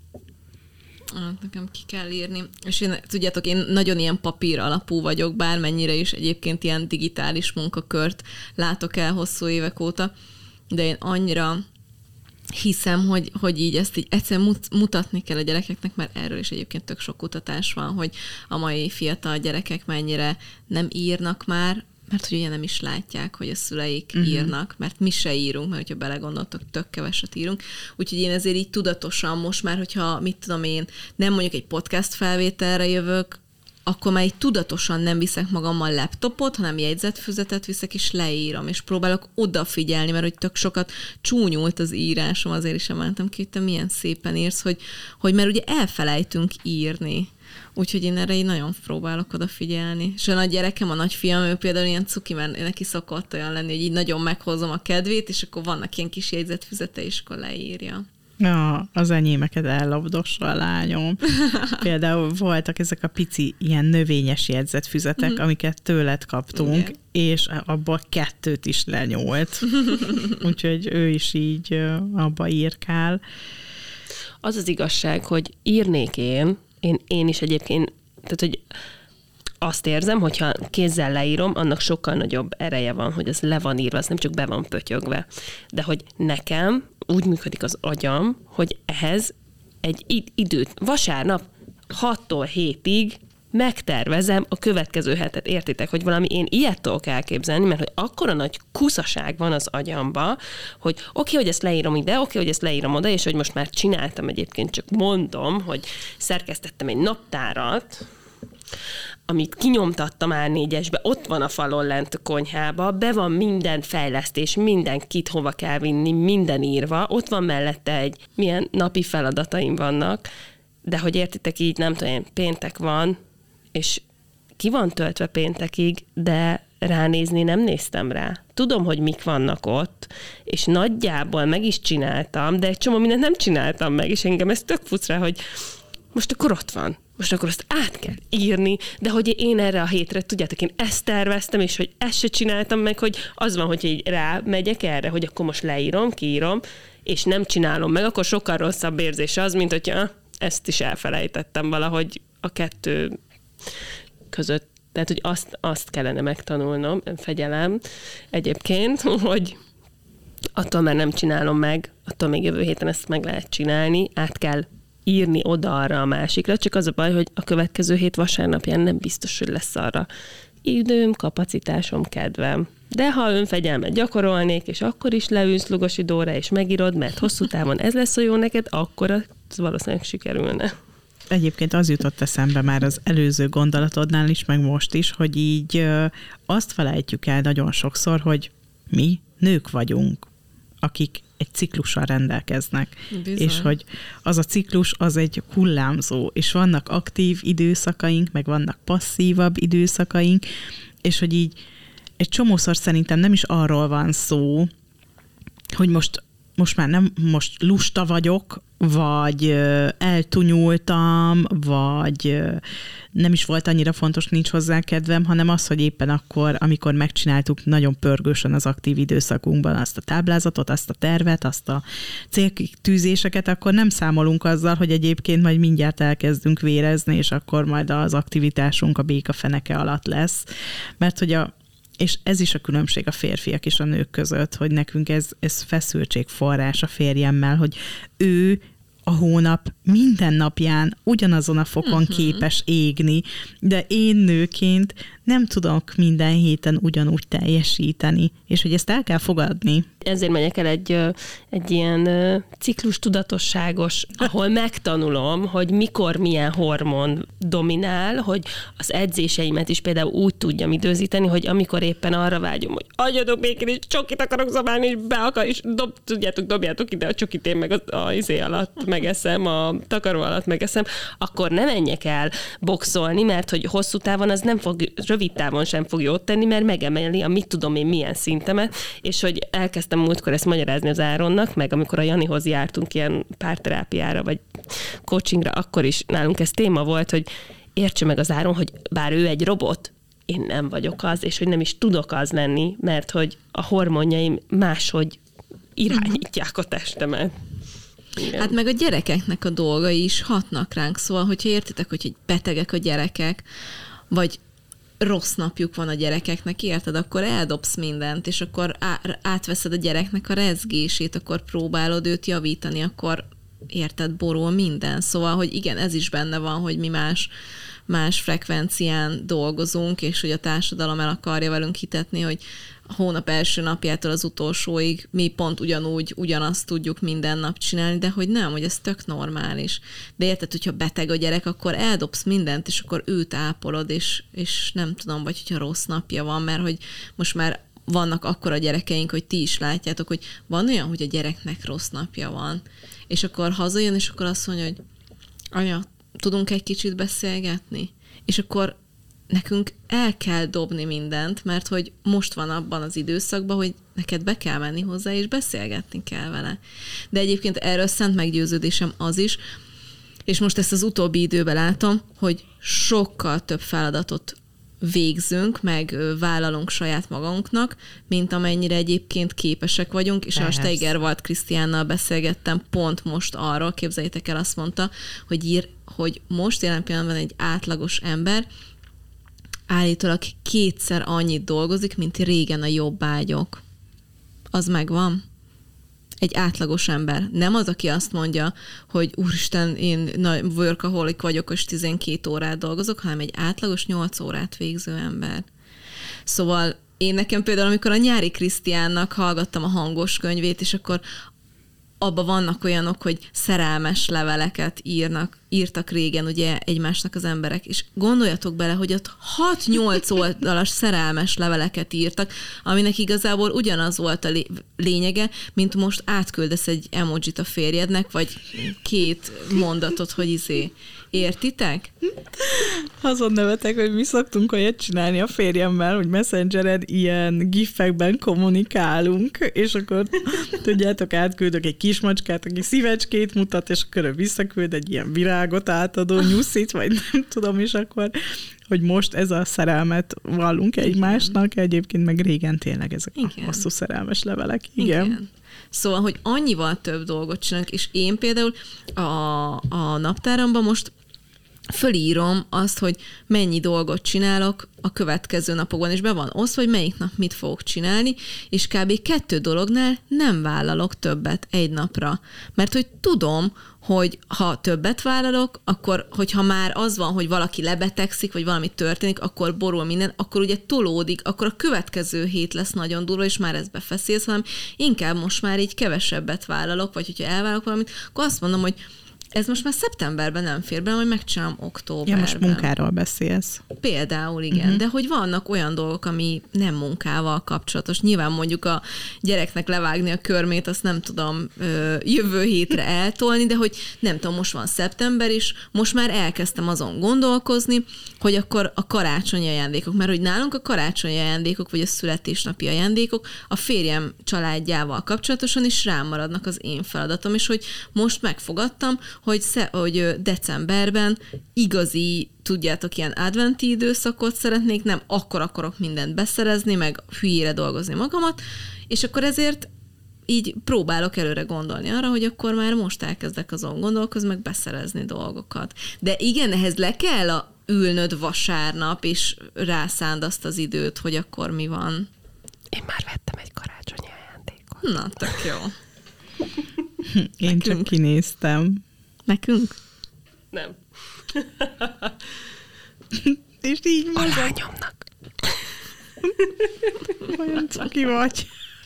Hát nekem ki kell írni. És én, tudjátok, én nagyon ilyen papír alapú vagyok, bármennyire is egyébként ilyen digitális munkakört látok el hosszú évek óta, de én annyira hiszem, hogy, hogy így ezt így egyszerűen mutatni kell a gyerekeknek, mert erről is egyébként tök sok kutatás van, hogy a mai fiatal gyerekek mennyire nem írnak már, mert hogy ugye nem is látják, hogy a szüleik uh-huh. írnak, mert mi se írunk, mert hogyha belegondoltok, tök keveset írunk. Úgyhogy én ezért így tudatosan most már, hogyha mit tudom én, nem mondjuk egy podcast felvételre jövök, akkor már így tudatosan nem viszek magammal laptopot, hanem jegyzetfüzetet viszek, és leírom, és próbálok odafigyelni, mert hogy tök sokat csúnyult az írásom, azért is emeltem ki, hogy te milyen szépen írsz, hogy, hogy mert ugye elfelejtünk írni. Úgyhogy én erre így nagyon próbálok odafigyelni. És a nagy gyerekem, a nagyfiam, ő például ilyen cuki, mert neki szokott olyan lenni, hogy így nagyon meghozom a kedvét, és akkor vannak ilyen kis jegyzetfüzete, és akkor leírja.
Ja, az enyémeket ellopdossa a lányom. Például voltak ezek a pici ilyen növényes jegyzetfüzetek, mm-hmm. amiket tőled kaptunk, igen. és abból kettőt is lenyúlt. Úgyhogy ő is így abba írkál.
Az az igazság, hogy írnék én, én, én is egyébként, tehát hogy azt érzem, hogyha kézzel leírom, annak sokkal nagyobb ereje van, hogy az le van írva, az nem csak be van pötyögve. De hogy nekem úgy működik az agyam, hogy ehhez egy időt, vasárnap hattól hétig megtervezem a következő hetet. Értitek, hogy valami én ilyet tudok elképzelni, mert hogy akkora nagy kuszaság van az agyamba, hogy oké, okay, hogy ezt leírom ide, oké, okay, hogy ezt leírom oda, és hogy most már csináltam egyébként, csak mondom, hogy szerkesztettem egy naptárat, amit kinyomtattam á négyesbe, ott van a falon lent a konyhába, be van minden fejlesztés, minden kit hova kell vinni, minden írva, ott van mellette egy, milyen napi feladataim vannak, de hogy értitek így, nem tudom, péntek van, és ki van töltve péntekig, de ránézni nem néztem rá. Tudom, hogy mik vannak ott, és nagyjából meg is csináltam, de egy csomó mindent nem csináltam meg, és engem ez tök futsz rá, hogy most akkor ott van. Most akkor azt át kell írni, de hogy én erre a hétre, tudjátok, én ezt terveztem, és hogy ezt se csináltam meg, hogy az van, hogy így rámegyek erre, hogy akkor most leírom, kiírom, és nem csinálom meg, akkor sokkal rosszabb érzés az, mint hogyha ezt is elfelejtettem valahogy a kettő között Tehát, hogy azt, azt kellene megtanulnom, fegyelem egyébként, hogy attól már nem csinálom meg, attól még jövő héten ezt meg lehet csinálni, át kell írni oda-arra a másikra, csak az a baj, hogy a következő hét vasárnapján nem biztos, hogy lesz arra időm, kapacitásom, kedvem. De ha önfegyelmet gyakorolnék, és akkor is leülsz Lugosi-Dóra, és megírod, mert hosszú távon ez lesz a jó neked, akkor az valószínűleg sikerülne.
Egyébként az jutott eszembe már az előző gondolatodnál is, meg most is, hogy így ö, azt felejtjük el nagyon sokszor, hogy mi nők vagyunk, akik egy ciklussal rendelkeznek. Bizony. És hogy az a ciklus az egy hullámzó, és vannak aktív időszakaink, meg vannak passzívabb időszakaink, és hogy így egy csomószor szerintem nem is arról van szó, hogy most, most már nem, most lusta vagyok, vagy eltunyultam, vagy nem is volt annyira fontos, nincs hozzá kedvem, hanem az, hogy éppen akkor, amikor megcsináltuk nagyon pörgősen az aktív időszakunkban azt a táblázatot, azt a tervet, azt a célkitűzéseket, akkor nem számolunk azzal, hogy egyébként majd mindjárt elkezdünk vérezni, és akkor majd az aktivitásunk a béka feneke alatt lesz. Mert hogy a és ez is a különbség a férfiak és a nők között, hogy nekünk ez, ez feszültségforrás a férjemmel, hogy ő a hónap minden napján ugyanazon a fokon uh-huh. képes égni, de én nőként nem tudok minden héten ugyanúgy teljesíteni, és hogy ezt el kell fogadni.
Ezért megyek el egy, egy ilyen ciklus tudatosságos, ahol megtanulom, hogy mikor milyen hormon dominál, hogy az edzéseimet is például úgy tudjam időzíteni, hogy amikor éppen arra vágyom, hogy adjatok békén, és csokit akarok zabálni, és be akar, és dob, tudjátok, dobjátok ide a csokit, én meg az, az izé alatt megeszem, a takaró alatt megeszem, akkor ne menjek el boxolni, mert hogy hosszú távon az nem fog, rövid távon sem fog jót tenni, mert megemeli a mit tudom én milyen szintemet, és hogy elkezdtem múltkor ezt magyarázni az Áronnak, meg amikor a Janihoz jártunk ilyen párterápiára, vagy coachingra, akkor is nálunk ez téma volt, hogy értse meg az Áron, hogy bár ő egy robot, én nem vagyok az, és hogy nem is tudok az lenni, mert hogy a hormonjaim máshogy irányítják a testemet. Igen.
Hát meg a gyerekeknek a dolgai is hatnak ránk, szóval, hogyha értitek, hogy egy betegek a gyerekek, vagy rossz napjuk van a gyerekeknek, érted, akkor eldobsz mindent, és akkor átveszed a gyereknek a rezgését, akkor próbálod őt javítani, akkor érted, borul minden. Szóval, hogy igen, ez is benne van, hogy mi más, más frekvencián dolgozunk, és hogy a társadalom el akarja velünk hitetni, hogy a hónap első napjától az utolsóig mi pont ugyanúgy, ugyanazt tudjuk minden nap csinálni, de hogy nem, hogy ez tök normális. De érted, hogyha beteg a gyerek, akkor eldobsz mindent, és akkor őt ápolod, és, és nem tudom, vagy hogyha rossz napja van, mert hogy most már vannak akkora gyerekeink, hogy ti is látjátok, hogy van olyan, hogy a gyereknek rossz napja van, és akkor hazajön, és akkor azt mondja, hogy anya, tudunk egy kicsit beszélgetni? És akkor nekünk el kell dobni mindent, mert hogy most van abban az időszakban, hogy neked be kell menni hozzá, és beszélgetni kell vele. De egyébként erről szent meggyőződésem az is, és most ezt az utóbbi időben látom, hogy sokkal több feladatot végzünk, meg vállalunk saját magunknak, mint amennyire egyébként képesek vagyunk, és Persze. a Steigerwald Krisztiánnal beszélgettem pont most arról, képzeljétek el, azt mondta, hogy ír, hogy most jelen pillanatban egy átlagos ember állítólag kétszer annyit dolgozik, mint régen a jobbágyok. Az megvan. Egy átlagos ember. Nem az, aki azt mondja, hogy úristen, én workaholic vagyok, és tizenkét órát dolgozok, hanem egy átlagos nyolc órát végző ember. Szóval én nekem például, amikor a Nyári Krisztiánnak hallgattam a hangos könyvét, és akkor abban vannak olyanok, hogy szerelmes leveleket írnak, írtak régen ugye egymásnak az emberek, és gondoljatok bele, hogy ott hat-nyolc oldalas szerelmes leveleket írtak, aminek igazából ugyanaz volt a lényege, mint most átküldesz egy emojit a férjednek, vagy két mondatot, hogy izé, értitek?
Azon nevetek, hogy mi szoktunk olyat csinálni a férjemmel, hogy Messengeren ilyen gifekben kommunikálunk, és akkor tudjátok, átküldök egy kismacskát, aki szívecskét mutat, és akkor ő visszaküld egy ilyen virágot átadó nyuszit, vagy nem tudom, és akkor, hogy most ez a szerelmet vallunk egymásnak, egyébként meg régen tényleg ezek Igen. a hosszú szerelmes levelek. Igen. Igen.
Szóval, hogy annyival több dolgot csinálunk, és én például a, a naptáramban most fölírom azt, hogy mennyi dolgot csinálok a következő napokban, és be van osztva, hogy melyik nap mit fogok csinálni, és kb. Kettő dolognál nem vállalok többet egy napra. Mert hogy tudom, hogy ha többet vállalok, akkor, hogyha már az van, hogy valaki lebetegszik, vagy valami történik, akkor borul minden, akkor ugye tolódik, akkor a következő hét lesz nagyon durva, és már ez befeszélsz, hanem inkább most már így kevesebbet vállalok, vagy hogyha elvállalok valamit, akkor azt mondom, hogy ez most már szeptemberben nem fér be, majd megcsinálom októberben.
Ja, most munkáról beszélsz.
Például, igen, uh-huh. de hogy vannak olyan dolgok, ami nem munkával kapcsolatos. Nyilván mondjuk a gyereknek levágni a körmét, azt nem tudom jövő hétre eltolni, de hogy nem tudom, most van szeptember is, most már elkezdtem azon gondolkozni, hogy akkor a karácsonyi ajándékok, mert hogy nálunk a karácsonyi ajándékok, vagy a születésnapi ajándékok a férjem családjával kapcsolatosan is rám maradnak az én feladatom, és hogy most megfogadtam, hogy, sze, hogy decemberben igazi, tudjátok, ilyen adventi időszakot szeretnék, nem akkor akarok mindent beszerezni, meg hülyére dolgozni magamat, és akkor ezért így próbálok előre gondolni arra, hogy akkor már most elkezdek azon gondolkozni, meg beszerezni dolgokat. De igen, ehhez le kell a ülnöd vasárnap, és rászánd azt az időt, hogy akkor mi van.
Én már vettem egy karácsonyi ajándékot.
Na, tök jó.
Én Nekünk. csak kinéztem.
Nekünk?
Nem.
És így
a
mondom.
lányomnak.
Olyan caki vagy.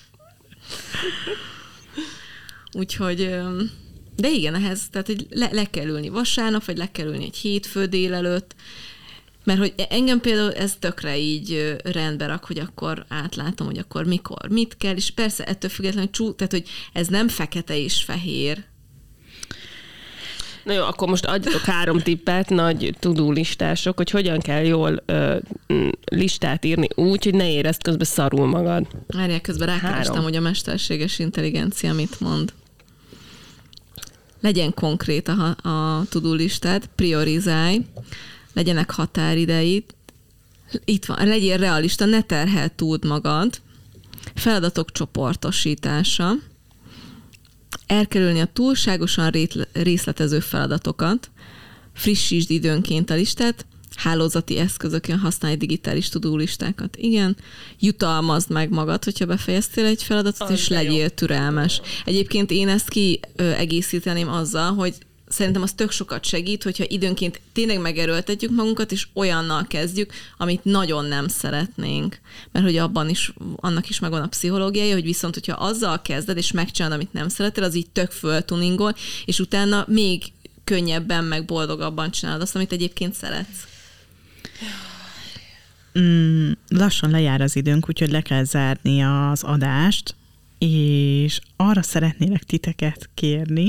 Úgyhogy, de igen, ehhez, tehát hogy le, le kell ülni vasárnap, vagy le kell ülni egy hétfő délelőtt, mert hogy engem például ez tökre így rendbe rak, hogy akkor átlátom, hogy akkor mikor, mit kell, és persze ettől függetlenül csú, tehát hogy ez nem fekete és fehér.
Na jó, akkor most adjatok három tippet, nagy to-do listások, hogy hogyan kell jól ö, listát írni úgy, hogy ne érezd közben szarul magad.
Várjál, közben rákerestem, három. Hogy a mesterséges intelligencia mit mond. Legyen konkrét a, a to-do listát, priorizálj, legyenek határidei, itt van, legyél realista, ne terheld túl magad, feladatok csoportosítása, elkerülni a túlságosan részletező feladatokat, frissítsd időnként a listát, hálózati eszközökön használj digitális to-do listákat. Igen, jutalmazd meg magad, hogyha befejeztél egy feladatot, az és legyél jó. Türelmes. Egyébként én ezt kiegészíteném azzal, hogy szerintem az tök sokat segít, hogyha időnként tényleg megerőltetjük magunkat, és olyannal kezdjük, amit nagyon nem szeretnénk. Mert hogy abban is, annak is megvan a pszichológiája, hogy viszont, hogyha azzal kezded, és megcsinálod, amit nem szeretél, az így tök föltuningol, és utána még könnyebben, meg boldogabban csinálod azt, amit egyébként szeretsz.
Mm, lassan lejár az időnk, úgyhogy le kell zárni az adást, és arra szeretnélek titeket kérni,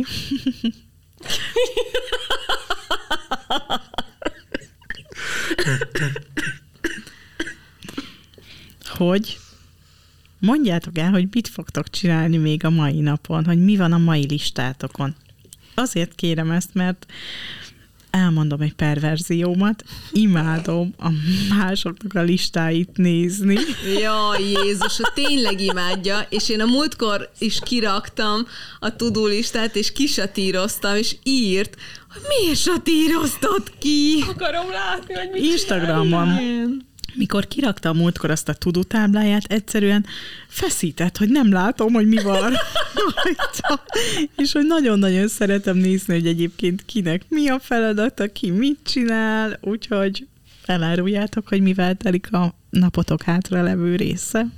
hogy mondjátok el, hogy mit fogtok csinálni még a mai napon, hogy mi van a mai listátokon. Azért kérem ezt, mert elmondom egy perverziómat, imádom a másoknak a listáit nézni.
Jaj, Jézus, tényleg imádja, és én a múltkor is kiraktam a to-do listát, és kisatíroztam, és írt, hogy miért satíroztad ki?
Akarom látni, hogy mit
Instagramon. Mikor kirakta a múltkor azt a to-do tábláját, egyszerűen feszített, hogy nem látom, hogy mi van rajta. És hogy nagyon-nagyon szeretem nézni, hogy egyébként kinek mi a feladata, ki mit csinál, úgyhogy eláruljátok, hogy mivel telik a napotok hátra levő része.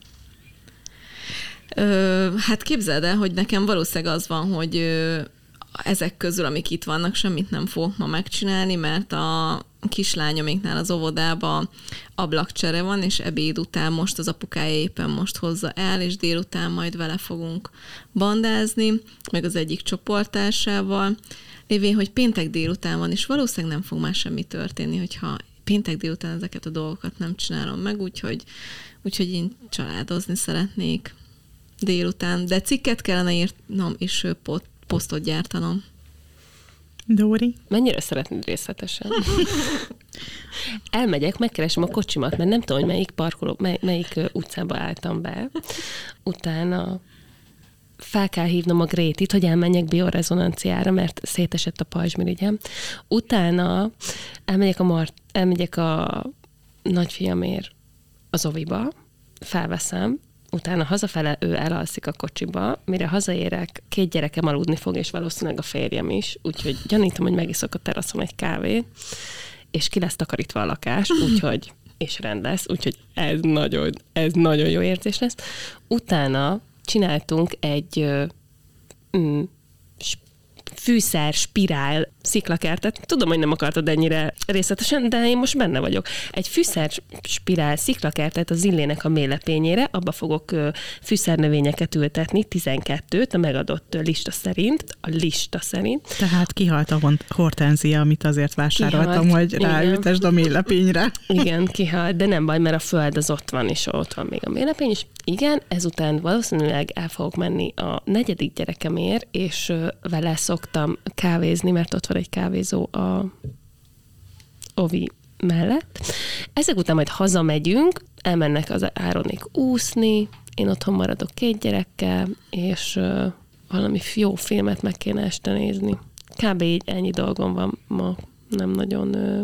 Ö, hát képzeld el, hogy nekem valószínűleg az van, hogy ö, ezek közül, amik itt vannak, semmit nem fogok ma megcsinálni, mert a kislányomiknál az óvodában ablakcsere van, és ebéd után most az apukája éppen most hozza el, és délután majd vele fogunk bandázni, meg az egyik csoporttársával, lévén, hogy péntek délután van, és valószínűleg nem fog már semmi történni, hogyha péntek délután ezeket a dolgokat nem csinálom meg, úgyhogy, úgyhogy én családozni szeretnék délután, de cikket kellene írnom, és posztot gyártanom.
Dóri?
Mennyire szeretnéd részletesen? Elmegyek, megkeresem a kocsimat, mert nem tudom, hogy melyik parkoló, mely, melyik utcába álltam be. Utána fel kell hívnom a Grétit, hogy elmenjek biorezonanciára, mert szétesett a pajzsmirigyem. Utána elmegyek a, Mart, elmegyek a nagyfiamért az oviba, felveszem, utána hazafele ő elalszik a kocsiba, mire hazaérek, két gyerekem aludni fog, és valószínűleg a férjem is, úgyhogy gyanítom, hogy megiszok a teraszon egy kávét, és ki lesz takarítva a lakás, úgyhogy, és rend lesz, úgyhogy ez nagyon, ez nagyon jó érzés lesz. Utána csináltunk egy mm, fűszer, spirál sziklakertet. Tudom, hogy nem akartad ennyire részletesen, de én most benne vagyok. Egy fűszer, spirál sziklakertet a Zillének a mélepényére, abba fogok fűszernövényeket ültetni, tizenkettőt a megadott lista szerint, a lista szerint.
Tehát kihalt a hortenzia, amit azért vásároltam, kihalt, hogy ráültesd a mélepényre.
Igen, kihalt, de nem baj, mert a föld az ott van, és ott van még a mélepény is. Igen, ezután valószínűleg el fogok menni a negyedik gyerekemért, és vele szoktam kávézni, mert ott van egy kávézó a ovi mellett. Ezek után majd hazamegyünk, elmennek az Áronék úszni, én otthon maradok két gyerekkel, és uh, valami jó filmet meg kéne este nézni. Kb. Így ennyi dolgom van ma. Nem nagyon... Uh...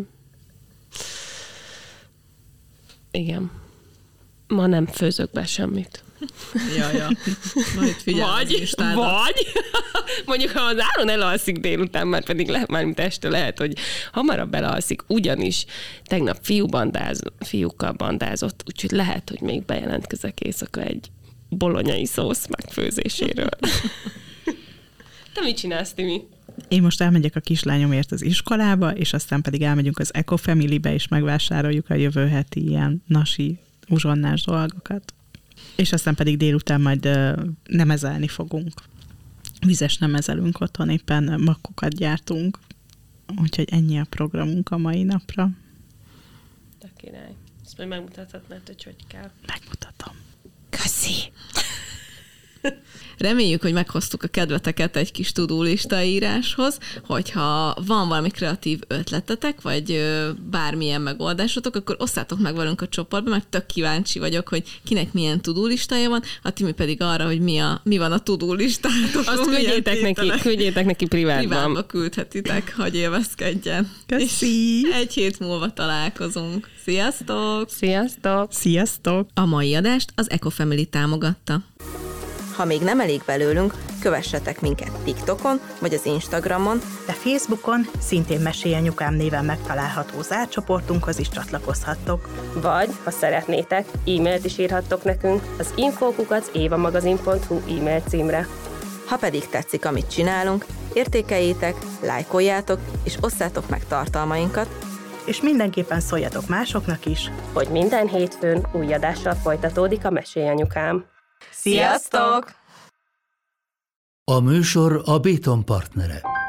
Igen. Ma nem főzök be semmit.
Ja, ja. Majd figyelj,
vagy, vagy, mondjuk ha az Áron elalszik délután, már pedig lehet, már mint este lehet, hogy hamarabb elalszik, ugyanis tegnap fiú bandáz, fiúkkal bandázott, úgyhogy lehet, hogy még bejelentkezek éjszaka egy bolonyai szósz megfőzéséről. Te mit csinálsz, Timi?
Én most elmegyek a kislányomért az iskolába, és aztán pedig elmegyünk az Eco Family-be, és megvásároljuk a jövő heti ilyen nasi uzsonnás dolgokat. És aztán pedig délután majd uh, nemezelni fogunk. Vizes nemezelünk otthon, éppen makkokat gyártunk. Úgyhogy ennyi a programunk a mai napra.
De király. Ezt majd megmutathatnád, hogy hogy kell.
Megmutatom.
Köszi!
Reméljük, hogy meghoztuk a kedveteket egy kis tudólista íráshoz, hogyha van valami kreatív ötletetek, vagy bármilyen megoldásotok, akkor osszátok meg velünk a csoportban, mert tök kíváncsi vagyok, hogy kinek milyen tudólistája van, a Timi pedig arra, hogy mi, a, mi van a tudólistátok.
Azt küldjétek neki, küldjétek neki privátban.
Privátba küldhetitek, hogy élvezkedjen.
Köszi!
És egy hét múlva találkozunk. Sziasztok!
Sziasztok!
Sziasztok!
A mai adást az Eco Family támogatta.
Ha még nem elég belőlünk, kövessetek minket TikTokon vagy az Instagramon,
de Facebookon szintén Mesélj Anyukám néven megtalálható zárt csoportunkhoz is csatlakozhattok.
Vagy, ha szeretnétek, e-mailt is írhattok nekünk az info kukac évamagazin pont hu e-mail címre.
ha pedig tetszik, amit csinálunk, értékeljétek, lájkoljátok és osszátok meg tartalmainkat,
és mindenképpen szóljatok másoknak is,
hogy minden hétfőn új adással folytatódik a Mesélj Anyukám.
Sziasztok!
A műsor a Béton partnere.